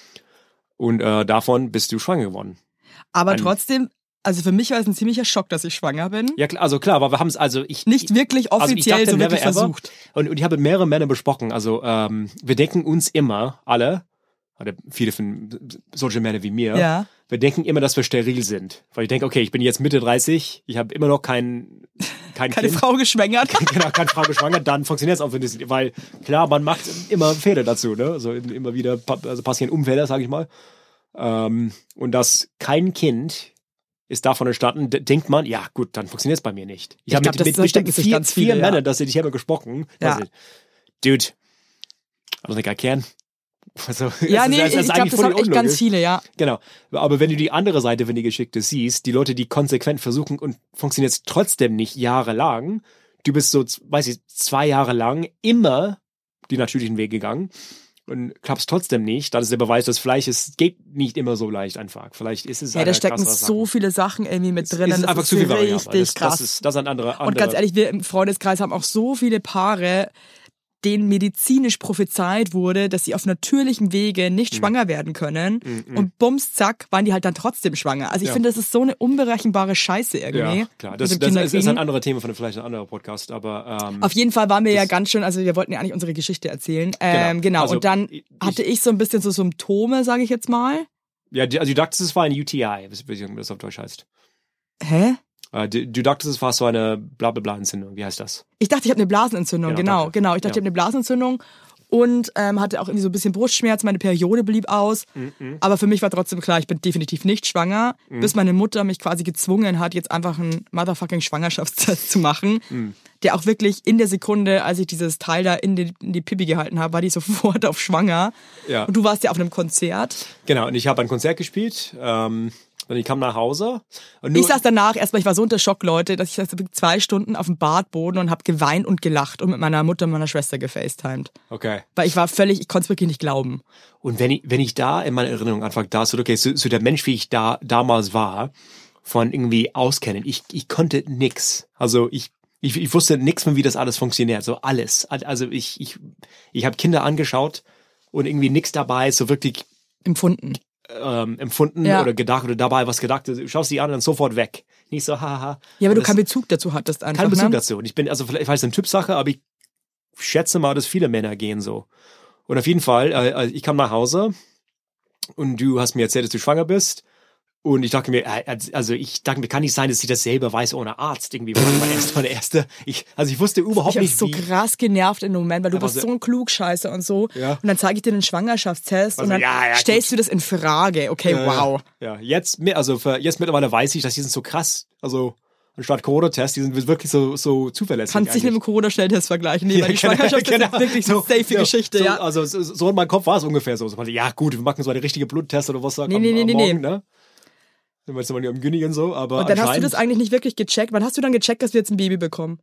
Und äh, davon bist du schwanger geworden. Aber Ein- trotzdem, also für mich war es ein ziemlicher Schock, dass ich schwanger bin. Ja, klar, also klar, aber wir haben es also ich Nicht wirklich also ich offiziell dachte, so never wirklich ever. versucht. Und, und ich habe mit mehreren Männern besprochen. Also ähm, wir denken uns immer alle, oder viele von solche Männer wie mir, Ja. wir denken immer, dass wir steril sind. Weil ich denke, okay, ich bin jetzt Mitte dreißig, ich habe immer noch kein, kein Keine Kind. Frau geschwängert. Genau, keine Frau geschwanger, dann funktioniert es auch, wenn das, weil klar, man macht immer Fehler dazu, ne? Also immer wieder pa- also passieren Unfälle, sage ich mal. Ähm, und dass kein Kind ist davon entstanden, d- denkt man, ja gut, dann funktioniert es bei mir nicht. Ich, Ich habe glaub, mit, das- mit das bestimmt denken sich vier, ganz viele, vier ja. Männern, dass ich habe gesprochen. Ja. Also, dude, I don't think I can. Also, Ja, es nee, ist- es ist ich glaube, eigentlich das voll haben echt ganz unlogisch. viele, ja. Genau. Aber wenn du die andere Seite von die Geschichte siehst, die Leute, die konsequent versuchen und funktioniert es trotzdem nicht jahrelang, du bist so, weiß ich, zwei Jahre lang immer die natürlichen Weg gegangen und klappst trotzdem nicht, dann ist der Beweis, dass Fleisch ist, geht nicht immer so leicht einfach. Vielleicht ist es Ja, da eine stecken krassere so Sache. viele Sachen irgendwie mit Es drinnen. ist Das einfach ist zu viel Variable. richtig Das, krass. das ist, das sind andere, andere. Und ganz ehrlich, wir im Freundeskreis haben auch so viele Paare, denen medizinisch prophezeit wurde, dass sie auf natürlichem Wege nicht Mhm. schwanger werden können. Und bums, zack, waren die halt dann trotzdem schwanger. Also ich Ja. finde, das ist so eine unberechenbare Scheiße irgendwie. Ja, klar. mit Das, dem das ist, ist ein Kinderkriegen. anderes Thema von vielleicht ein anderer Podcast, aber ähm, Auf jeden Fall waren wir ja Das- ganz schön, also wir wollten ja eigentlich unsere Geschichte erzählen. Ähm, genau, Also, und dann ich- hatte ich so ein bisschen so Symptome, sage ich jetzt mal. ja, die- also du dachtest, es war ein U T I, wie wie das auf Deutsch heißt. Hä? Äh, Du, du dachtest, es war so eine Blablabla-Entzündung. Wie heißt das? Ich dachte, ich habe eine Blasenentzündung, Genau, genau, danke. genau. Ich dachte, Ja. ich habe eine Blasenentzündung und ähm, hatte auch irgendwie so ein bisschen Brustschmerz, meine Periode blieb aus. Mhm. Aber für mich war trotzdem klar, ich bin definitiv nicht schwanger, bis meine Mutter mich quasi gezwungen hat, jetzt einfach einen motherfucking Schwangerschaftstest zu machen, Mhm. der auch wirklich in der Sekunde, als ich dieses Teil da in die, in die Pipi gehalten habe, war die sofort auf schwanger. Ja. Und du warst ja auf einem Konzert. Genau, und ich habe ein Konzert gespielt, ähm, und ich kam nach Hause. Und nur, Ich saß danach erstmal, ich war so unter Schock, Leute, dass ich saß wirklich zwei Stunden auf dem Badboden und habe geweint und gelacht und mit meiner Mutter und meiner Schwester gefacetimed. Okay. Weil ich war völlig, ich konnte es wirklich nicht glauben. Und wenn ich, wenn ich da in meiner Erinnerung einfach da so, okay, so, so der Mensch, wie ich da damals war, von irgendwie auskennen, ich, ich konnte nix. Also ich, ich, ich wusste nix von wie das alles funktioniert, so alles. Also ich, ich, ich habe Kinder angeschaut und irgendwie nix dabei, so wirklich Empfunden. ähm, empfunden Ja. oder gedacht oder dabei was gedacht. Du schaust die an und sofort weg. Nicht so, haha. Ja, aber Und du das- keinen Bezug dazu hattest einfach. keinen Bezug ne? dazu. Und ich bin, also vielleicht ist es eine Typsache, aber ich schätze mal, dass viele Männer gehen so. Und auf jeden Fall, äh, ich kam nach Hause und du hast mir erzählt, dass du schwanger bist. Und ich dachte mir, äh, also ich dachte mir, kann nicht sein, dass ich das selber weiß ohne Arzt irgendwie. Das war meine erste, meine erste. Ich, also ich wusste überhaupt Ich war nicht, so wie. krass genervt in dem Moment, weil du Aber bist so- so ein Klugscheißer und so. Ja. Und dann zeige ich dir den Schwangerschaftstest Also, und dann ja, ja, stellst du das in Frage. Okay, Ja, wow. Ja, ja. Jetzt, mi- also für, jetzt mittlerweile weiß ich, dass die sind so krass. Also anstatt Corona-Tests, die sind wirklich so, so zuverlässig. Kannst dich mit eigentlich. dem Corona-Schnelltest vergleichen. Nee, weil die genau, Schwangerschaft genau. ist wirklich eine So, safe ja, Geschichte, so, ja. Also so, so in meinem Kopf war es ungefähr so. so. Ja gut, wir machen so eine richtige Bluttest oder was da Nee, am, nee, nee, am nee, Morgen, nee. ne? Sind wir jetzt mal am Günni und so, aber Und dann hast du anscheinend- das eigentlich nicht wirklich gecheckt. Wann hast du dann gecheckt, dass wir jetzt ein Baby bekommen?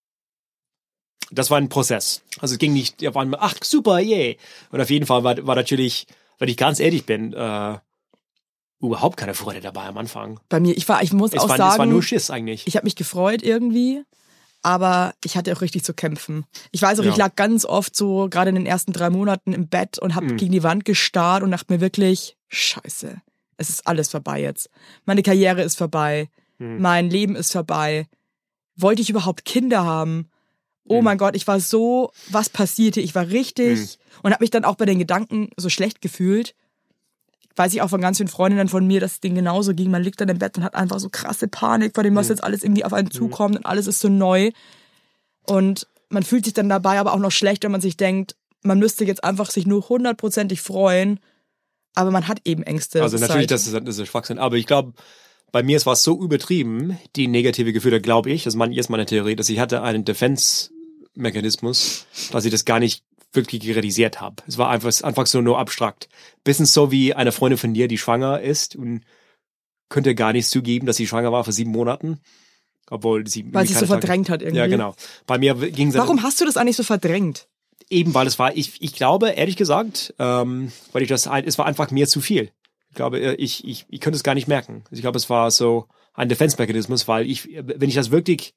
das war ein Prozess. Also es ging nicht auf einmal, ach super, yay. Und auf jeden Fall war, war natürlich, wenn ich ganz ehrlich bin, äh, überhaupt keine Freude dabei am Anfang. Bei mir, ich war, ich muss Es auch war, sagen, es war nur Schiss eigentlich. ich habe mich gefreut irgendwie, aber ich hatte auch richtig zu kämpfen. Ich weiß auch, Ja. ich lag ganz oft so, gerade in den ersten drei Monaten im Bett und habe Mhm. gegen die Wand gestarrt und dachte mir wirklich, scheiße, es ist alles vorbei jetzt. Meine Karriere ist vorbei, Mhm. mein Leben ist vorbei. Wollte ich überhaupt Kinder haben? Oh Mhm. mein Gott, ich war so, was passierte? Ich war richtig Mhm. und habe mich dann auch bei den Gedanken so schlecht gefühlt. Weiß ich auch von ganz vielen Freundinnen von mir, dass es denen genauso ging. Man liegt dann im Bett und hat einfach so krasse Panik vor dem, was jetzt alles irgendwie auf einen zukommt und alles ist so neu. Und man fühlt sich dann dabei aber auch noch schlecht, wenn man sich denkt, man müsste jetzt einfach sich nur hundertprozentig freuen, aber man hat eben Ängste. Also Das ist natürlich, halt- das ist, das ist Schwachsinn. Aber ich glaube, bei mir war es so übertrieben, die negative Gefühle, glaube ich, das ist mein- jetzt meine Theorie, dass ich hatte einen Defense-Mechanismus, dass ich das gar nicht wirklich realisiert habe. Es war einfach, einfach so nur abstrakt. Bisschen so wie eine Freundin von dir, die schwanger ist und könnte gar nicht zugeben, dass sie schwanger war vor sieben Monaten. Obwohl sie weil sie es so keine Tage- verdrängt hat irgendwie. Ja, genau. Bei mir ging es Warum hast du das eigentlich so verdrängt? eben, weil es war, ich, ich glaube, ehrlich gesagt, ähm, weil ich das, es war einfach mir zu viel. Ich glaube, ich, ich, ich könnte es gar nicht merken. Ich glaube, es war so ein Defense-Mechanismus, weil ich, wenn ich das wirklich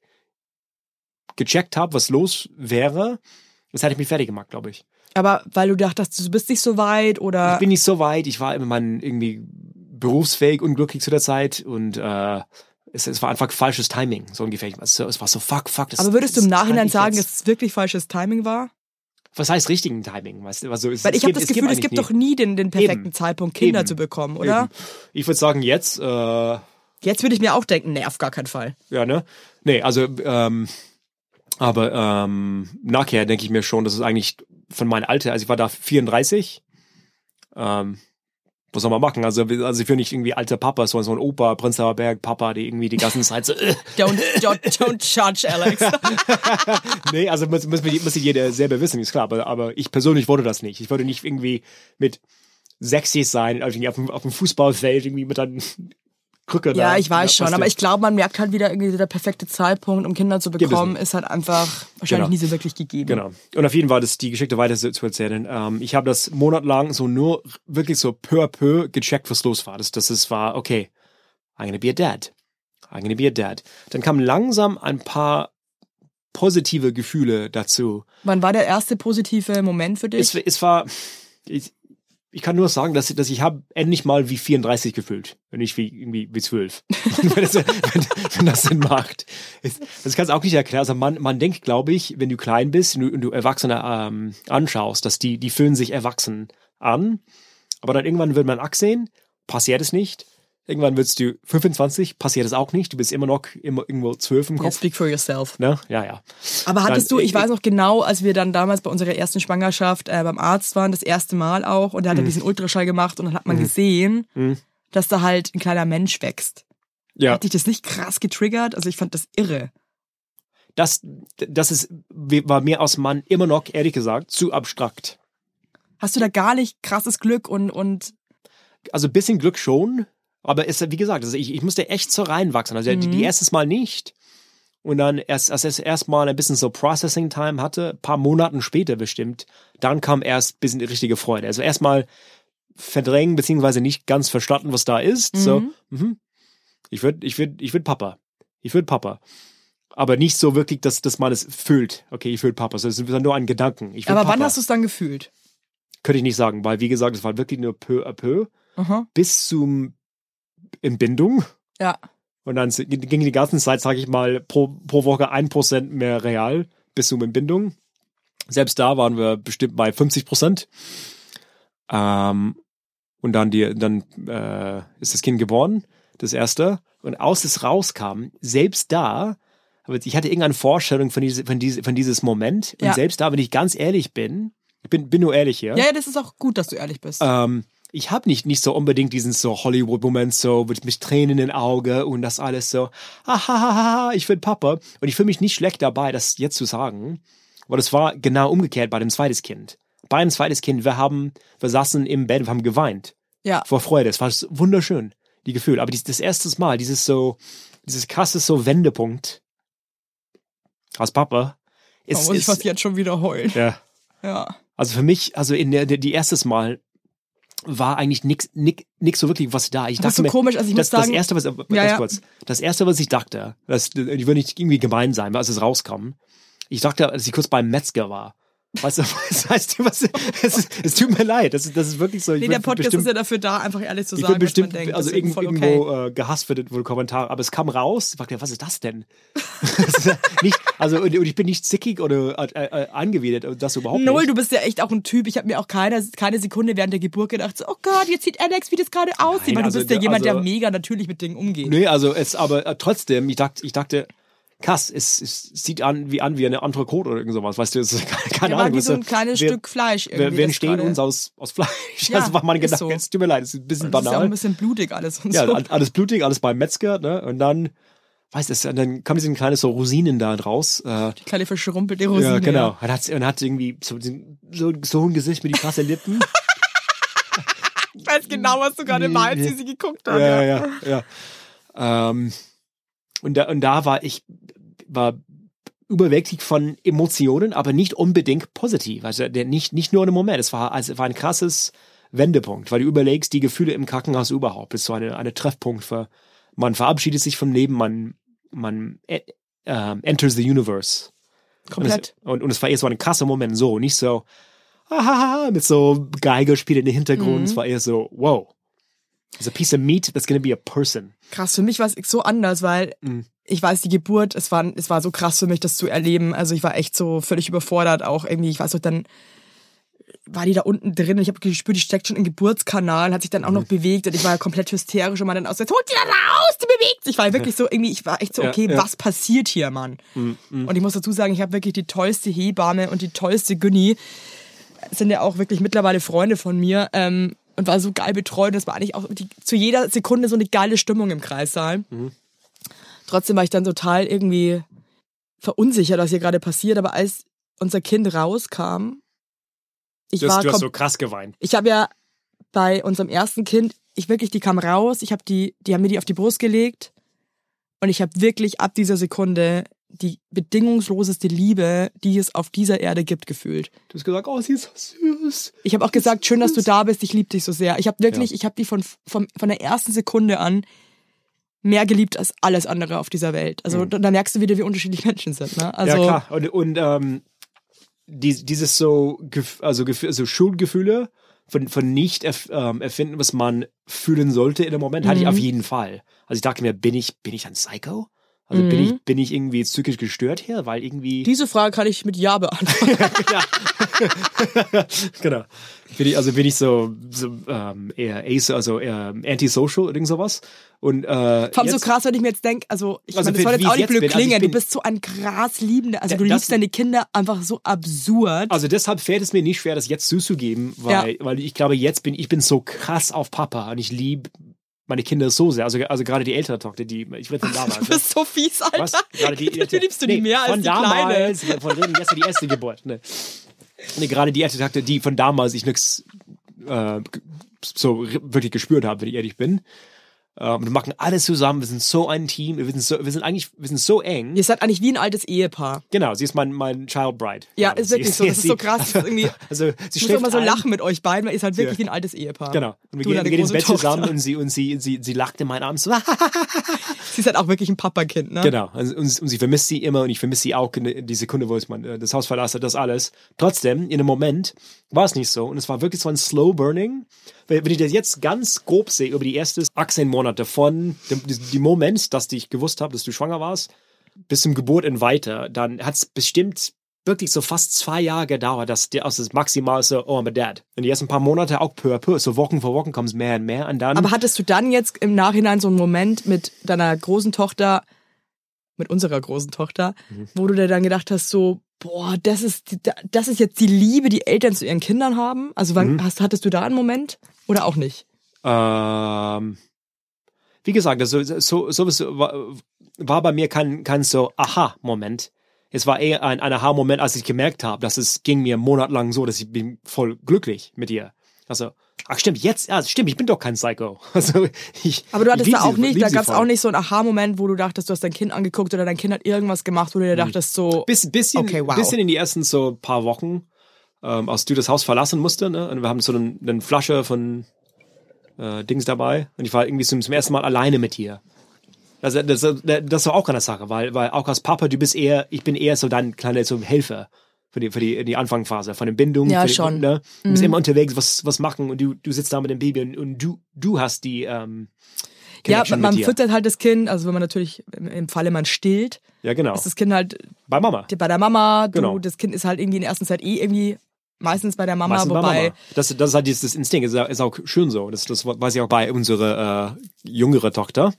gecheckt habe, was los wäre, das hätte ich mich fertig gemacht, glaube ich. Aber weil du dachtest, du bist nicht so weit oder? Ich bin nicht so weit. Ich war immer mein, irgendwie berufsfähig, unglücklich zu der Zeit und äh, es, es war einfach falsches Timing, so ungefähr. Es, es war so fuck, fuck. Das, Aber würdest du im Nachhinein sagen, jetzt. dass es wirklich falsches Timing war? Was heißt richtigen Timing? Weißt du? Also es, Weil ich habe das Gefühl, es gibt nie. doch nie den, den perfekten Eben. Zeitpunkt, Kinder Eben. zu bekommen, oder? Eben. Ich würde sagen, jetzt, äh, ja, Jetzt würde ich mir auch denken, nee, auf gar keinen Fall. ne? Nee, also, ähm, aber ähm, nachher denke ich mir schon, dass es eigentlich von meinem Alter, also ich war da vierunddreißig, ähm, was soll man machen? Also, also ich will nicht irgendwie alter Papa, so so ein Opa, Prenzlauer Berg, Papa, die irgendwie die ganze Zeit so. Äh. Don't, don't, don't judge, Alex. Nee, also muss, muss, muss jeder selber wissen, ist klar. Aber, aber ich persönlich wollte das nicht. Ich wollte nicht irgendwie mit sechzig sein, also irgendwie auf dem, auf dem Fußballfeld irgendwie mit einem Krücke da. Ja, ich weiß ja, schon, aber ich glaube, man merkt halt wieder irgendwie, der perfekte Zeitpunkt, um Kinder zu bekommen, ist halt einfach wahrscheinlich Genau. nie so wirklich gegeben. Genau. Und auf jeden Fall, das die Geschichte weiter zu, zu erzählen. Ähm, ich habe das monatelang so nur wirklich so peu à peu gecheckt, was los war. Das, das ist, war, okay, I'm gonna be a dad. I'm gonna be a dad. Dann kamen langsam ein paar positive Gefühle dazu. Wann war der erste positive Moment für dich? Es, es war, ich, ich kann nur sagen, dass, dass ich habe endlich mal wie vierunddreißig gefühlt und nicht wie irgendwie wie zwölf. wenn, das, wenn, wenn das Sinn macht. Das kannst du auch nicht erklären. Also man, man denkt, glaube ich, wenn du klein bist und du, und du Erwachsene ähm, anschaust, dass die, die fühlen sich erwachsen an. Aber dann irgendwann wird man achtzehn, passiert es nicht. Irgendwann wirst du fünfundzwanzig, passiert es auch nicht. Du bist immer noch immer irgendwo zwölf im Yeah, Kopf. speak for yourself. Ne? Ja, ja. Aber hattest Dann, du, ich äh, weiß noch genau, als wir dann damals bei unserer ersten Schwangerschaft äh, beim Arzt waren, das erste Mal auch, und der hat dann diesen Ultraschall gemacht und dann hat man gesehen, Mhm. dass da halt ein kleiner Mensch wächst. Ja. Hat dich das nicht krass getriggert? Also ich fand das irre. Das, das ist, war mir aus Mann immer noch, ehrlich gesagt, zu abstrakt. Hast du da gar nicht krasses Glück und, und Also ein bisschen Glück schon, aber es, wie gesagt, also ich, ich musste echt so reinwachsen. Also die, die erstes Mal nicht. Und dann erst, als es erstmal ein bisschen so Processing Time hatte, ein paar Monaten später bestimmt, dann kam erst ein bisschen die richtige Freude. Also erstmal verdrängen, beziehungsweise nicht ganz verstanden, was da ist. So, mhm. ich würde, ich würde, ich würde Papa. Ich würde Papa. Aber nicht so wirklich, dass, dass man es fühlt. Okay, ich will Papa. So, es ist nur ein Gedanken. Ich will aber Papa. wann hast du es dann gefühlt? Könnte ich nicht sagen, weil wie gesagt, es war wirklich nur peu à peu Aha. bis zum Entbindung. Ja. Und dann ging die ganze Zeit, sage ich mal, pro, pro Woche ein Prozent mehr real bis zur Entbindung. Selbst da waren wir bestimmt bei fünfzig Prozent. Ähm, und dann, die, dann äh, ist das Kind geboren, das erste. Und aus es rauskam, selbst da, aber ich hatte irgendeine Vorstellung von, diese, von, diese, von dieses Moment. Und Ja. selbst da, wenn ich ganz ehrlich bin, ich bin, bin nur ehrlich hier. Ja, ja, das ist auch gut, dass du ehrlich bist. Ähm, ich habe nicht nicht so unbedingt diesen so Hollywood-Moment so mit, mit Tränen in den Augen und das alles so, hahaha, ich bin Papa. Und ich fühle mich nicht schlecht dabei, das jetzt zu sagen, weil das war genau umgekehrt bei dem zweiten Kind. Bei dem zweiten Kind, wir haben, wir saßen im Bett, wir haben geweint Ja. vor Freude. Es war wunderschön, die Gefühle. Aber dies, das erste Mal, dieses so, dieses krasse so Wendepunkt als Papa Da ist, muss ich ist fast jetzt schon wieder heulen. ja. Ja. Also für mich, also in der, der die erstes Mal war eigentlich nix, nix, nix so wirklich was da. Ich Das ist so mir, komisch, also ich das, muss sagen- das erste, was, Ja, ganz ja. kurz, das erste, was ich dachte, das, ich will nicht irgendwie gemein sein, als es rauskam. Ich dachte, als ich kurz beim Metzger war. Weißt du, was heißt du, was, es, ist, es tut mir leid, das ist, das ist wirklich so. Ich Nee, würd der Podcast bestimmt, ist ja dafür da, einfach ehrlich zu ich sagen, bin bestimmt, was man denkt. also Deswegen irgendwo, voll okay. irgendwo äh, gehasst wird, wohl Kommentare, aber es kam raus, ich dachte, was ist das denn? Das ist ja nicht, also, und, und ich bin nicht zickig oder äh, äh, angewidert, das überhaupt Null, nicht. du bist ja echt auch ein Typ. Ich habe mir auch keine, keine Sekunde während der Geburt gedacht, so, oh Gott, jetzt sieht Alex, wie das gerade aussieht. Nein, Weil du also bist ja der- jemand, der also- mega natürlich mit Dingen umgeht. Nee, also es, aber äh, trotzdem, ich dachte, ich dachte, krass, es, es sieht an wie an wie eine Entrecote oder irgend sowas, weißt du, es ist keine, keine Der war Ahnung. wie weißt so du, ein kleines wir, Stück Fleisch Wir, irgendwie. wir das entstehen gerade- uns aus, aus Fleisch. Ja, das war mein ist Gedanke. so. Es tut mir leid, es ist ein bisschen Das ist ja auch banal. ein bisschen blutig alles und Ja, so. alles blutig, alles beim Metzger, ne? Und dann, weißt du, und dann kam diese kleine so Rosinen da draus. Äh, Die kleine verschrumpelte Rosine. ja, genau. Ja. Und hat, und hat irgendwie so, so, so ein Gesicht mit die krasse Lippen. Ich weiß genau, was du gerade meinst, wie sie geguckt hat. ja, ja, ja. Ähm, und da, und da war ich, war überwältigt von Emotionen, aber nicht unbedingt positiv. Also der, nicht, nicht nur im Moment. Es war, also, es war ein krasses Wendepunkt, weil du überlegst, die Gefühle im Krankenhaus überhaupt. Das ist so eine, eine Treffpunkt für, man verabschiedet sich vom Leben, man, man äh, äh, enters the universe. Komplett. Und es, und, und es war eher so ein krasser Moment, so, nicht so, hahaha, mit so Geigerspiel in den Hintergrund. Mhm. Es war eher so, wow. It's a piece of meat that's gonna be a person. Krass, für mich war es so anders, weil Mhm. ich weiß, die Geburt, es war, es war so krass für mich, das zu erleben. Also ich war echt so völlig überfordert auch irgendwie. Ich weiß noch, dann war die da unten drin und ich habe gespürt, die steckt schon im Geburtskanal, hat sich dann auch noch bewegt und ich war ja komplett hysterisch und man dann aus, jetzt holt die da raus, die bewegt sich. Ich war wirklich so irgendwie, ich war echt so, okay, ja, ja. was passiert hier, Mann? Mhm. Und ich muss dazu sagen, ich habe wirklich die tollste Hebamme und die tollste Günni. Das sind ja auch wirklich mittlerweile Freunde von mir ähm, und war so geil betreut. Das war eigentlich auch die, zu jeder Sekunde so eine geile Stimmung im Kreissaal. Mhm. Trotzdem war ich dann total irgendwie verunsichert, was hier gerade passiert. Aber als unser Kind rauskam, ich Du hast, war du hast kom- so krass geweint. ich habe ja bei unserem ersten Kind, ich wirklich, die kam raus, ich habe die, die haben mir die auf die Brust gelegt und ich habe wirklich ab dieser Sekunde die bedingungsloseste Liebe, die es auf dieser Erde gibt, gefühlt. Du hast gesagt, oh, sie ist so süß. Ich habe auch gesagt, schön, dass du da bist, ich liebe dich so sehr. Ich habe wirklich, Ja. ich habe die von, von, von der ersten Sekunde an mehr geliebt als alles andere auf dieser Welt. Also Mhm. da, da merkst du wieder, wie unterschiedlich Menschen sind. Ne? Also, Ja, klar. Und, und ähm, die, dieses so, gef- also, gef- also Schuldgefühle von, von nicht erf- ähm, erfinden, was man fühlen sollte in dem Moment, hatte ich Mhm. auf jeden Fall. Also ich dachte mir, bin ich, bin ich ein Psycho? Also bin Mhm. ich, bin ich irgendwie psychisch gestört hier? Weil irgendwie. Diese Frage kann ich mit Ja beantworten. Genau. Bin ich, also bin ich so, so ähm, eher ace, also eher antisocial oder irgend sowas. Und äh, Vor allem so jetzt- krass, wenn ich mir jetzt denke, also ich Also meine, das für- soll wie jetzt auch ich nicht jetzt blöd bin, also ich klingen, bin- du bist so ein krass liebender, also Ja, du das- liebst deine Kinder einfach so absurd. Also deshalb fällt es mir nicht schwer, das jetzt zuzugeben, weil, weil ich glaube, jetzt bin ich bin so krass auf Papa und ich liebe meine Kinder so sehr. Also, also gerade die ältere Tochter, die ich rede von damals. du bist so fies, Alter. Was? Gerade die, Natürlich liebst du die mehr von als die damals, Kleine. Von reden jetzt die erste Geburt. Ne. Ne, gerade die ältere Tochter, die von damals ich nichts äh, so wirklich gespürt habe, wenn ich ehrlich bin. Ähm, wir machen alles zusammen, wir sind so ein Team, wir sind so, wir sind eigentlich, wir sind so eng. Ihr seid eigentlich wie ein altes Ehepaar. Genau, sie ist mein, mein Child Bride. Ja, Sie ist wirklich so. Das ist so krass. Das ist irgendwie, Also, sie ich muss schläft immer so ein. lachen mit euch beiden, weil ihr seid wirklich Ja. wie ein altes Ehepaar. Genau. Und wir Du gehen, deine wir gehen ins große Bett zusammen Tochter. und sie, und sie, sie, sie lacht in meinen Arm so. Sie ist halt auch wirklich ein Papakind, ne? Genau. Und, und sie vermisst sie immer und ich vermisse sie auch in die Sekunde, wo ich mein, äh, das Haus verlasse, das alles. Trotzdem, in dem Moment war es nicht so. Und es war wirklich so ein Slow Burning. Wenn wenn ich das jetzt ganz grob sehe, über die ersten achtzehn Monate von dem, dem Moment, dass ich gewusst habe, dass du schwanger warst, bis zum Geburt und weiter, dann hat es bestimmt wirklich so fast zwei Jahre gedauert, dass der aus das maximal so, oh, I'm a dad. Und die ersten paar Monate auch peu à peu, so Wochen für Wochen kommt es mehr und mehr und dann. Aber hattest du dann jetzt im Nachhinein so einen Moment mit deiner großen Tochter, mit unserer großen Tochter, Mhm. wo du dir dann gedacht hast, so, boah, das ist, die- das ist jetzt die Liebe, die Eltern zu ihren Kindern haben? Also wann, Mhm. hast, hattest du da einen Moment oder auch nicht? Ähm, wie gesagt, also so, sowas war, war bei mir kein, kein so Aha-Moment. Es war eher ein, ein Aha-Moment, als ich gemerkt habe, dass es ging mir monatelang so, dass ich bin voll glücklich mit ihr. Also, ach stimmt, jetzt, ja, stimmt, ich bin doch kein Psycho. Also, ich, Aber du hattest ich lieb da auch sie, nicht, lieb da sie gab es voll. auch nicht so einen Aha-Moment, wo du dachtest, du hast dein Kind angeguckt oder dein Kind hat irgendwas gemacht, wo du dir dachtest, so, Bis, bisschen, Okay, wow. bisschen in die ersten so paar Wochen, ähm, als du das Haus verlassen musste, ne? Und wir haben so eine, eine Flasche von äh, Dings dabei und ich war irgendwie zum, zum ersten Mal alleine mit ihr. Das, das, das war auch keine Sache, weil, weil auch als Papa, du bist eher, ich bin eher so dein kleiner so Helfer für die, für die, die Anfangsphase, von den Bindungen. Ja, für die, schon. Ne? Du bist Mhm. immer unterwegs, was, was machen und du, du sitzt da mit dem Baby und, und du, du hast die, ähm, ja, Connection man mit dir. füttert halt das Kind, also wenn man natürlich, im- im Falle man stillt, Ja, genau. ist das Kind halt Bei Mama. bei der Mama, du, Genau. das Kind ist halt irgendwie in der ersten Zeit eh irgendwie meistens bei der Mama, Meistens bei wobei, Mama. Das, das ist halt dieses Instinkt, ist, ist auch schön so. Das, das weiß ich auch bei unserer äh, jüngere Tochter.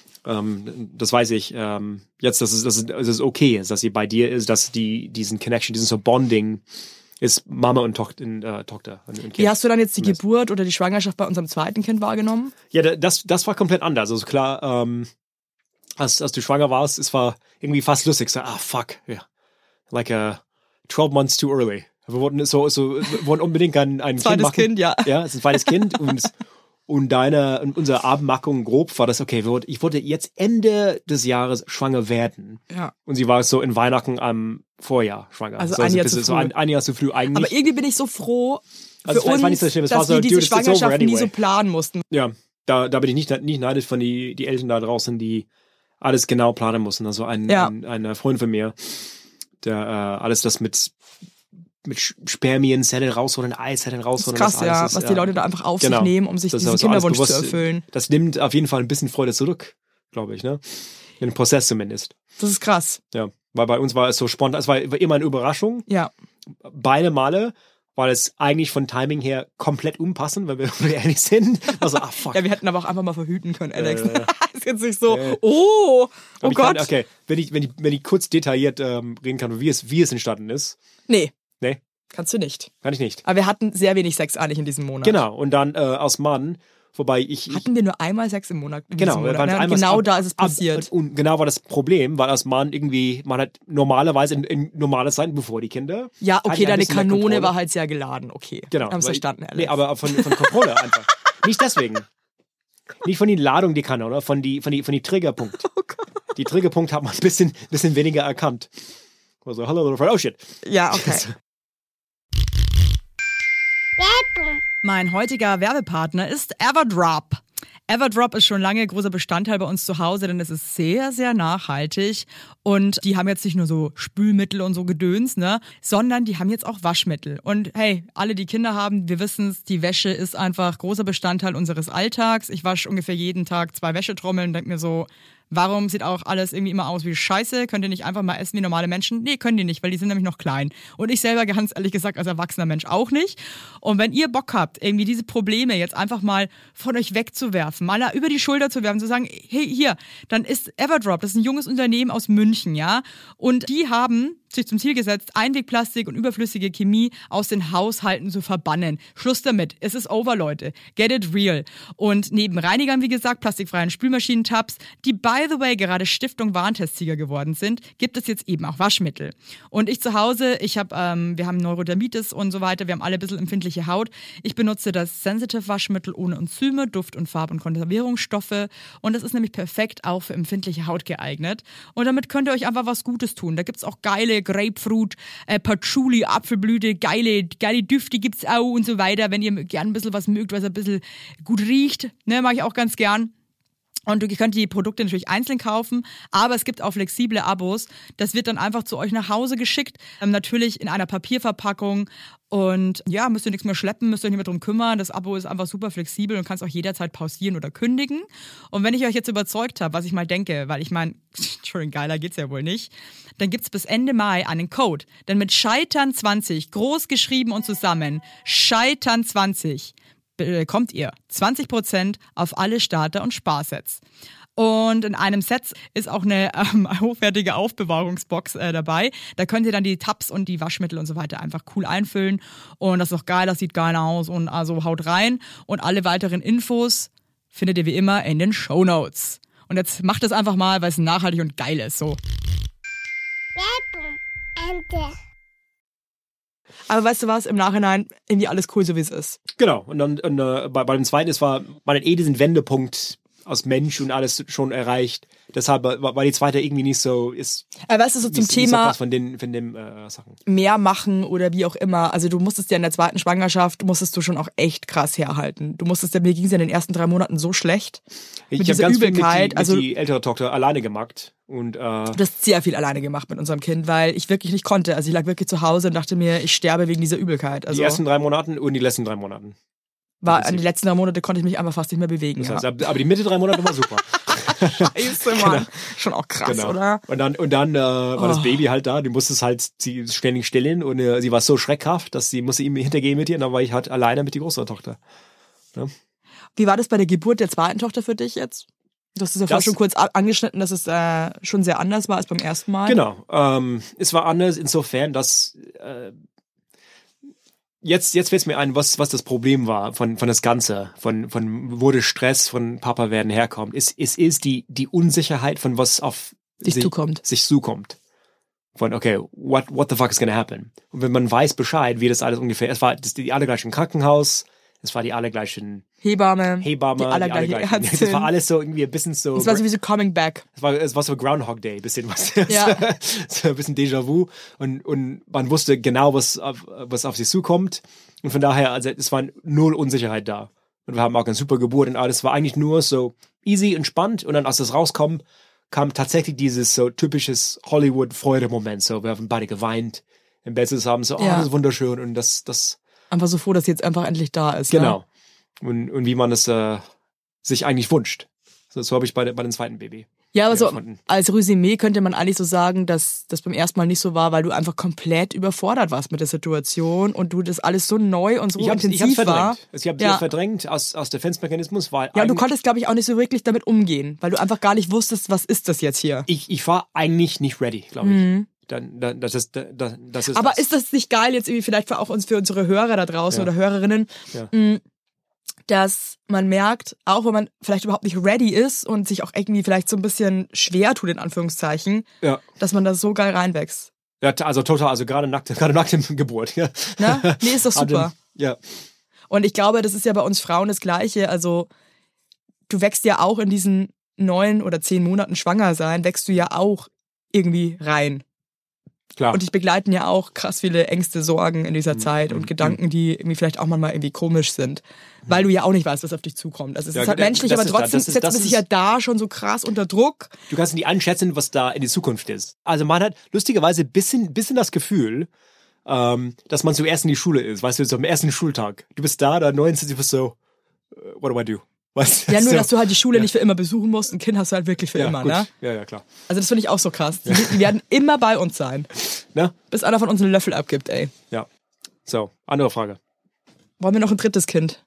Ähm, das weiß ich ähm, jetzt, dass es, dass, es, dass es okay ist, dass sie bei dir ist, dass die diesen Connection, diesen so Bonding ist Mama und Tochter, äh, Tochter und, und Kind. wie hast du dann jetzt die Zumindest. Geburt oder die Schwangerschaft bei unserem zweiten Kind wahrgenommen? Ja, da- das, das war komplett anders. Also klar, ähm, als, als du schwanger warst, es war irgendwie fast lustig. So, ah, fuck, ja. Like uh, twelve months too early. Wir wollten so, so, wir wollten unbedingt ein, ein Zweites Kind machen. Kind, ja. Ja, es ist ein zweites Kind und Und deine, und unsere Abmachung grob war das, okay, ich wollte jetzt Ende des Jahres schwanger werden. Ja. Und sie war so in Weihnachten am Vorjahr schwanger. Also so, ein Jahr bisschen, zu so früh. ein, ein Jahr zu früh eigentlich. Aber irgendwie bin ich so froh für Also es war- es war nicht uns, so schlimm, es dass war so, wir diese dude, it's over Schwangerschaft nie anyway. so planen mussten. Ja, da, da bin ich nicht, nicht neidisch von die, die Eltern da draußen, die alles genau planen mussten. Also ein, Ja. ein, ein Freund von mir, der äh, alles das mit mit Spermien, Zellen rausholen, Eizellen Das rausholen. ist krass, das alles ja, ist, was die Leute da einfach auf genau. sich nehmen, um sich Das ist diesen also alles Kinderwunsch zu bewusst. erfüllen. Das nimmt auf jeden Fall ein bisschen Freude zurück, glaube ich, ne? In den Prozess zumindest. Das ist krass. Ja, weil bei uns war es so spontan, es war war immer eine Überraschung. Ja. Beide Male war es eigentlich von Timing her komplett unpassend, weil wir, wir ehrlich sind. Also, ah, fuck. Ja, wir hätten aber auch einfach mal verhüten können, Alex. Ja, ja, ja. ist jetzt nicht so, Ja, ja. oh, oh Aber ich Gott. Kann, okay, wenn ich, wenn ich, wenn ich kurz detailliert ähm, reden kann, wie es, wie es entstanden ist. Nee. Nee. Kannst du nicht. Kann ich nicht. Aber wir hatten sehr wenig Sex eigentlich in diesem Monat. Genau. Und dann äh, als Mann, wobei ich. ich Hatten wir nur einmal Sex im Monat? In genau, diesem wir Monat, waren ne? einmal Genau ab- da ist es ab- passiert. Und genau war das Problem, weil als Mann irgendwie, man hat normalerweise in, in normale Zeiten, bevor die Kinder. Ja, hatte okay, ich ein deine bisschen mehr Kanone Kontrolle. war halt sehr geladen. Okay. Genau. Haben es weil- verstanden, Alex. Nee, aber von, von Kontrolle einfach. Nicht deswegen. Nicht von die Ladung die Kanone, von die, von die, von die Triggerpunkt. Oh Gott. Die Triggerpunkt hat man ein bisschen, bisschen weniger erkannt. Also, hello, little friend. Oh shit. Ja, okay. Werbung. Mein heutiger Werbepartner ist Everdrop. Everdrop ist schon lange großer Bestandteil bei uns zu Hause, denn es ist sehr, sehr nachhaltig. Und die haben jetzt nicht nur so Spülmittel und so Gedöns, ne, sondern die haben jetzt auch Waschmittel. Und hey, alle, die Kinder haben, wir wissen es, die Wäsche ist einfach großer Bestandteil unseres Alltags. Ich wasche ungefähr jeden Tag zwei Wäschetrommeln und denke mir so, warum sieht auch alles irgendwie immer aus wie Scheiße? Könnt ihr nicht einfach mal essen wie normale Menschen? Nee, können die nicht, weil die sind nämlich noch klein. Und ich selber, ganz ehrlich gesagt, als erwachsener Mensch auch nicht. Und wenn ihr Bock habt, irgendwie diese Probleme jetzt einfach mal von euch wegzuwerfen, mal da über die Schulter zu werfen, zu sagen, hey, hier, dann ist Everdrop, das ist ein junges Unternehmen aus München, ja? Und die haben sich zum Ziel gesetzt, Einwegplastik und überflüssige Chemie aus den Haushalten zu verbannen. Schluss damit. Es ist over, Leute. Get it real. Und neben Reinigern, wie gesagt, plastikfreien Spülmaschinentabs, die by the way gerade Stiftung Warentestsieger geworden sind, gibt es jetzt eben auch Waschmittel. Und ich zu Hause, ich habe, ähm, wir haben Neurodermitis und so weiter, wir haben alle ein bisschen empfindliche Haut. Ich benutze das Sensitive Waschmittel ohne Enzyme, Duft- und Farb- und Konservierungsstoffe. Und das ist nämlich perfekt auch für empfindliche Haut geeignet. Und damit könnt ihr euch einfach was Gutes tun. Da gibt's auch geile Grapefruit, äh, Patchouli, Apfelblüte, geile, geile Düfte gibt's auch und so weiter, wenn ihr gern ein bisschen was mögt, was ein bisschen gut riecht, ne, mag ich auch ganz gern. Und ihr könnt die Produkte natürlich einzeln kaufen, aber es gibt auch flexible Abos. Das wird dann einfach zu euch nach Hause geschickt, ähm, natürlich in einer Papierverpackung. Und ja, müsst ihr nichts mehr schleppen, müsst ihr euch nicht mehr drum kümmern. Das Abo ist einfach super flexibel und kannst auch jederzeit pausieren oder kündigen. Und wenn ich euch jetzt überzeugt habe, was ich mal denke, weil ich meine, Entschuldigung, geiler geht's ja wohl nicht, dann gibt's bis Ende Mai einen Code. Denn mit Scheitern zwanzig, groß geschrieben und zusammen, Scheitern zwanzig, bekommt ihr zwanzig Prozent auf alle Starter- und Sparsets. Und in einem Set ist auch eine ähm, hochwertige Aufbewahrungsbox äh, dabei. Da könnt ihr dann die Tabs und die Waschmittel und so weiter einfach cool einfüllen. Und das ist auch geil, das sieht geil aus. Und also haut rein. Und alle weiteren Infos findet ihr wie immer in den Shownotes. Und jetzt macht es einfach mal, weil es nachhaltig und geil ist. So. Werbung. Ende. Aber weißt du was, im Nachhinein irgendwie alles cool, so wie es ist. Genau. Und dann und, äh, bei, bei dem zweiten, es war, man hat eh diesen Wendepunkt als Mensch und alles schon erreicht. Deshalb war, war die zweite irgendwie nicht so, ist Aber weißt du, so zum nicht, nicht so Thema krass von den, von den äh, Sachen. mehr machen oder wie auch immer. Also du musstest ja in der zweiten Schwangerschaft, musstest du schon auch echt krass herhalten. Du musstest ja, mir ging es ja in den ersten drei Monaten so schlecht. Ich Mit habe dieser ganz viel Übelkeit, mit die, also- mit die ältere Tochter alleine gemacht. Und äh, Du hast sehr viel alleine gemacht mit unserem Kind, weil ich wirklich nicht konnte. Also ich lag wirklich zu Hause und dachte mir, ich sterbe wegen dieser Übelkeit. Also die ersten drei Monaten und die letzten drei Monaten. war an die letzten drei Monate konnte ich mich einfach fast nicht mehr bewegen. Das Ja. heißt, ab- aber die Mitte drei Monate war super. Scheiße, Mann. Schon auch krass, Genau. oder? Und dann, und dann äh, war das Oh. Baby halt da. Du musstest halt sie ständig stillen und äh, sie war so schreckhaft, dass sie musste ihm hintergehen mit ihr. Und dann war ich halt alleine mit die große Tochter. Wie war das bei der Geburt der zweiten Tochter für dich jetzt? Du hast es ja vorhin Das- schon kurz a- angeschnitten, dass es äh, schon sehr anders war als beim ersten Mal. Genau. Ähm, es war anders insofern, dass äh, jetzt jetzt fällt es mir ein, was was das Problem war von von das Ganze, von von wo der Stress von Papa werden herkommt. Es es ist die die Unsicherheit von was auf Dich sich zukommt. sich zukommt. Von okay, what what the fuck is gonna happen? Und wenn man weiß Bescheid, wie das alles ungefähr, es war das, die alle gleich im Krankenhaus. Es war die allergleichen Hebamme, Hebamme, die allergleiche Ärztin. Das war alles so irgendwie ein bisschen so. Es war so wie so Coming Back. Es war, es war so Groundhog Day, bisschen was. Ja. So ein bisschen Déjà-vu. Und, und man wusste genau, was auf, was auf sie zukommt. Und von daher, also es war null Unsicherheit da. Und wir haben auch eine super Geburt und alles. Es war eigentlich nur so easy, entspannt. Und dann, als das rauskommt, kam tatsächlich dieses so typisches Hollywood-Freude-Moment. So, wir haben beide geweint im Bett zusammen. So, oh, Ja. das ist wunderschön. Und das, das. Einfach so froh, dass sie jetzt einfach endlich da ist. Genau. Ne? Und, und wie man es äh, sich eigentlich wünscht. So, so habe ich bei, der- bei dem zweiten Baby. Ja, aber Ja, so gefunden. als Resümee könnte man eigentlich so sagen, dass das beim ersten Mal nicht so war, weil du einfach komplett überfordert warst mit der Situation und du das alles so neu und so Ich habe intensiv es war. verdrängt. Ich habe Ja. es verdrängt aus, aus Defense-Mechanismus, weil Ja, und du eigentlich- konntest, glaube ich, auch nicht so wirklich damit umgehen, weil du einfach gar nicht wusstest, was ist das jetzt hier. ich, ich war eigentlich nicht ready, glaube ich. Dann, dann, das ist, das, das ist Mhm. Aber das. ist das nicht geil jetzt irgendwie vielleicht für auch uns, für unsere Hörer da draußen Ja. oder Hörerinnen, Ja. mh, dass man merkt, auch wenn man vielleicht überhaupt nicht ready ist und sich auch irgendwie vielleicht so ein bisschen schwer tut, in Anführungszeichen, Ja. dass man da so geil reinwächst. Ja, t- also total, also gerade nackt, gerade nackt im Geburt. Ja. Ne? Nee, ist doch super. Ja. Und ich glaube, das ist ja bei uns Frauen das Gleiche. Also du wächst ja auch in diesen neun oder zehn Monaten schwanger sein, wächst du ja auch irgendwie rein. Klar. Und dich begleiten ja auch krass viele Ängste, Sorgen in dieser Zeit und Gedanken, die irgendwie vielleicht auch manchmal irgendwie komisch sind. Weil du ja auch nicht weißt, was auf dich zukommt. Also es Ja, ist halt das menschlich, ist aber da- trotzdem das ist- setzt das man sich ist- ja da schon so krass unter Druck. Du kannst nicht einschätzen, was da in die Zukunft ist. Also man hat lustigerweise ein bisschen, bisschen das Gefühl, ähm, dass man zuerst in die Schule ist. Weißt du, so am ersten Schultag. Du bist da, da neunzehn, du bist so, äh, what do I do? Weißt Ja, nur, so. dass du halt die Schule Ja. nicht für immer besuchen musst. Ein Kind hast du halt wirklich für ja, immer, gut. ne? Ja, ja, klar. Also das finde ich auch so krass. Die, die werden immer bei uns sein. Na? Bis einer von uns einen Löffel abgibt, ey. Ja. So, andere Frage. Wollen wir noch ein drittes Kind?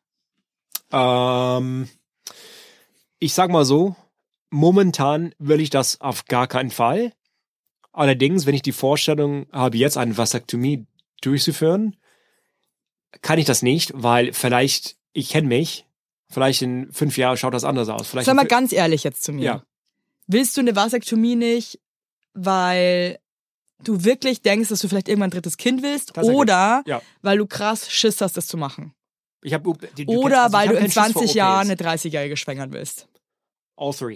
Ähm, ich sag mal so, momentan will ich das auf gar keinen Fall. Allerdings, wenn ich die Vorstellung habe, jetzt eine Vasektomie durchzuführen, kann ich das nicht, weil vielleicht, ich kenne mich, vielleicht in fünf Jahren schaut das anders aus. Vielleicht Sag mal in fü- ganz ehrlich jetzt zu mir. Ja. Willst du eine Vasektomie nicht, weil du wirklich denkst, dass du vielleicht irgendwann ein drittes Kind willst? Tatsächlich. Oder Ja. weil du krass Schiss hast, das zu machen? Ich hab, du, du kennst- Oder also ich weil hab du in keinen Schiss vor zwanzig O Ps. Jahren eine dreißigjährige schwängern willst? All three.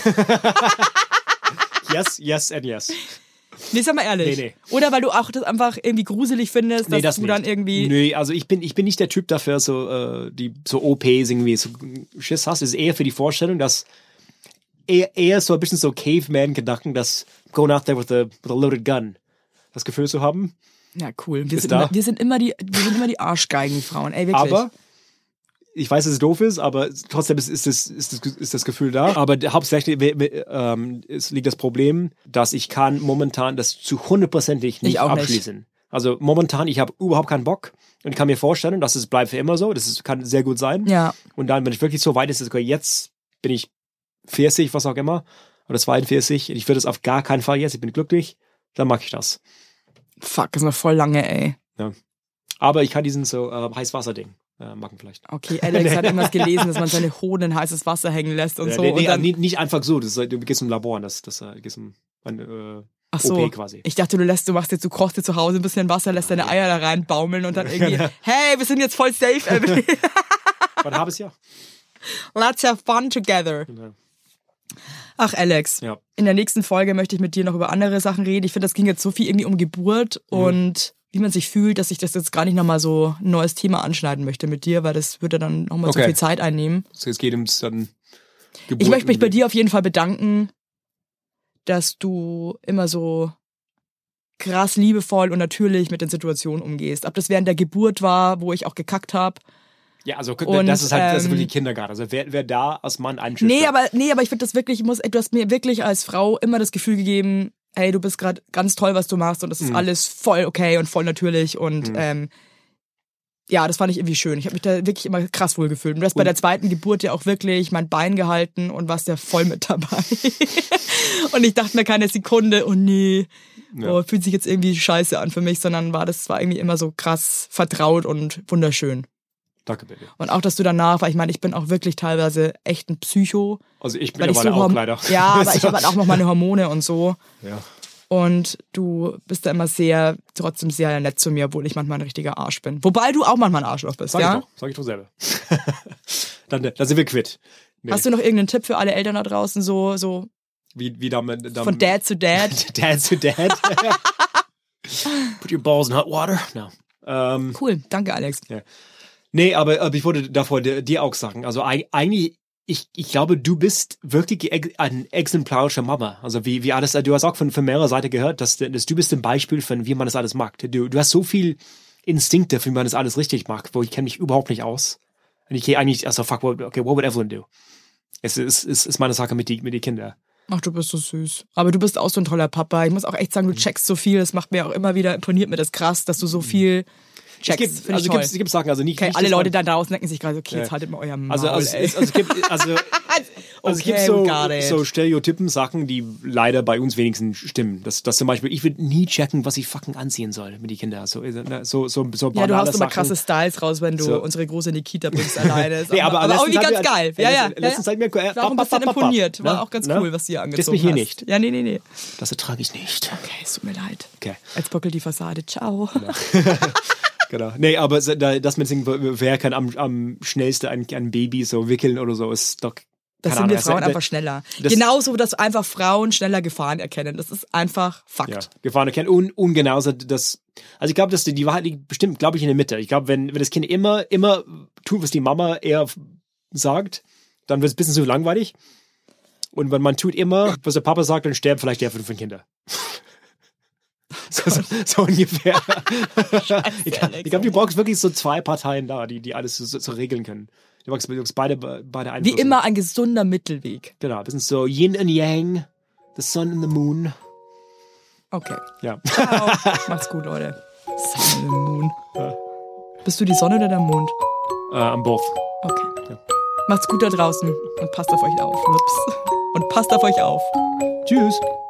Yes, yes and yes. Nee, sag mal ehrlich. Nee, Oder weil du auch das einfach irgendwie gruselig findest, dass Nee, das du nicht. dann irgendwie... Nee, also ich bin, ich bin nicht der Typ dafür, so, äh, die, so O Ps irgendwie so Schiss hast. Es ist eher für die Vorstellung, dass eher, eher so ein bisschen so Caveman-Gedanken, dass going out there with a, with a loaded gun. Das Gefühl zu haben. Ja, cool. Wir Ist sind, da. immer, wir, sind immer die, wir sind immer die Arschgeigen, Frauen. Ey, wirklich. Aber ich weiß, dass es doof ist, aber trotzdem ist, ist, das, ist, das, ist das Gefühl da. Aber hauptsächlich ähm, es liegt das Problem, dass ich kann momentan das zu hundertprozentig nicht Ich auch nicht. abschließen. Also momentan, ich habe überhaupt keinen Bock und kann mir vorstellen, dass es bleibt für immer so. Das ist, kann sehr gut sein. Ja. Und dann, wenn ich wirklich so weit ist, dass okay, jetzt bin ich vierzig, was auch immer, oder zweiundvierzig, ich würde es auf gar keinen Fall jetzt, ich bin glücklich, dann mache ich das. Fuck, ist noch voll lange, ey. Ja. Aber ich kann diesen so äh, Heißwasser-Ding äh, machen vielleicht. Okay, Alex hat irgendwas gelesen, dass man seine Hoden in heißes Wasser hängen lässt und Ja, so. nee, nee, und dann, nicht, nicht einfach so, das ist, du gehst im Labor, das, das äh, gehst im ein, äh, ach so, O P quasi. ich dachte, du lässt, du machst jetzt, du kochst dir zu Hause ein bisschen Wasser, lässt deine Eier da rein baumeln und dann irgendwie, hey, wir sind jetzt voll safe, Emily. Wann habe ich es ja? Let's have fun together. Genau. Ach, Alex, Ja. in der nächsten Folge möchte ich mit dir noch über andere Sachen reden. Ich finde, das ging jetzt so viel irgendwie um Geburt Mhm. und wie man sich fühlt, dass ich das jetzt gar nicht nochmal so ein neues Thema anschneiden möchte mit dir, weil das würde dann nochmal Okay. so viel Zeit einnehmen. So, jetzt geht ums dann Geburt Ich möchte mich bei und- dir auf jeden Fall bedanken, dass du immer so krass liebevoll und natürlich mit den Situationen umgehst. Ob das während der Geburt war, wo ich auch gekackt habe. Ja, also Und, das ist halt das ist ähm, wirklich Kindergarten. Also wer, wer da als Mann einschüchtert. Nee, aber nee, aber ich finde das wirklich, ich muss, du hast mir wirklich als Frau immer das Gefühl gegeben, hey, du bist gerade ganz toll, was du machst und das ist Mhm. alles voll okay und voll natürlich und ähm, ja, das fand ich irgendwie schön. Ich habe mich da wirklich immer krass wohl gefühlt. Und du hast bei Und- der zweiten Geburt ja auch wirklich mein Bein gehalten und warst ja voll mit dabei. Und ich dachte mir keine Sekunde, oh nee, Ja. oh, fühlt sich jetzt irgendwie scheiße an für mich, sondern war das war irgendwie immer so krass vertraut und wunderschön. Danke, Baby. Und auch, dass du danach, weil ich meine, ich bin auch wirklich teilweise echt ein Psycho. Also ich Weil ich mittlerweile so auch Horm- leider. Ja, aber ich So. habe halt auch noch meine Hormone und so. Ja. Und du bist da immer sehr, trotzdem sehr nett zu mir, obwohl ich manchmal ein richtiger Arsch bin. Wobei du auch manchmal ein Arschloch bist, Sag ja? ich doch, sag ich doch selber. dann, dann sind wir quitt. Nee. Hast du noch irgendeinen Tipp für alle Eltern da draußen, so, so Wie, wie damit, damit von Dad zu Dad? Dad zu Dad. Put your balls in hot water. No. Ähm, Cool, danke Alex. Ja. Nee, aber, aber ich wollte davor dir, dir auch sagen, also eigentlich, ich, ich glaube, du bist wirklich ein exemplarischer Mama. Also wie, wie alles, du hast auch von, von mehrerer Seite gehört, dass, dass du bist ein Beispiel von, wie man das alles macht. Du, du hast so viel Instinkte, wie man das alles richtig macht, wo ich kenne mich überhaupt nicht aus. Und ich gehe eigentlich, also fuck, okay, what would Evelyn do? Es ist, ist, ist meine Sache mit die, mit die Kinder. Ach, du bist so süß. Aber du bist auch so ein toller Papa. Ich muss auch echt sagen, du checkst so viel. Das macht mir auch immer wieder, imponiert mir das krass, dass du so viel checkst. Es gibt, also es gibt Sachen, also nicht. Okay, nicht alle das Leute man, da draußen denken sich gerade, okay, jetzt ja. haltet mal euer Maul, Also, also, ey. es, also es gibt, also, also es gibt Okay, so, got it. so Stereotypen-Sachen, die leider bei uns wenigstens stimmen. Das, das zum Beispiel, ich würde nie checken, was ich fucking anziehen soll mit den Kindern. So, so, so, so Ja, du haust immer Sachen. krasse Styles raus, wenn du So. unsere große Nikita bringst alleine. Nee, aber aber letztens irgendwie hat ganz mir- geil. äh, Ja, ja. letztens- letztens hat mir- äh, War auch ein bap, bisschen bap, bap, imponiert. War ne? auch ganz Ne? cool, was du hier angezogen Das mich hier hast. nicht. Ja, nee, nee, nee. Das ertrage ich nicht. Okay, es tut mir leid. Okay. Als Bockel die Fassade. Ciao. Genau. Nee, aber so- da- das mit Singen, wer kann am, am schnellsten ein, ein Baby so wickeln oder so, ist doch. Das keine sind wir Ahnung, Frauen das- einfach schneller. das- Genauso, dass einfach Frauen schneller Gefahren erkennen. Das ist einfach Fakt. Ja, Gefahren erkennen und, und genauso das, also ich glaube, dass die, die Wahrheit liegt bestimmt, glaube ich, in der Mitte. Ich glaube, wenn, wenn das Kind immer, immer tut, was die Mama eher sagt, dann wird es ein bisschen zu langweilig. Und wenn man tut immer, was der Papa sagt, dann sterben vielleicht der fünf Kinder. so, so, so ungefähr. ich glaube, ich glaub, du brauchst wirklich so zwei Parteien da, die, die alles so, so regeln können. Du brauchst, du brauchst beide, beide Einflüsse. Wie immer ein gesunder Mittelweg. Genau, ein bisschen so Yin and Yang, the sun and the moon. Okay. Ja. Ciao. Macht's gut, Leute. Sun and Moon. Bist du die Sonne oder der Mond? Äh, am Both. Okay. Macht's gut da draußen und passt auf euch auf. Ups. Und passt auf euch auf. Tschüss.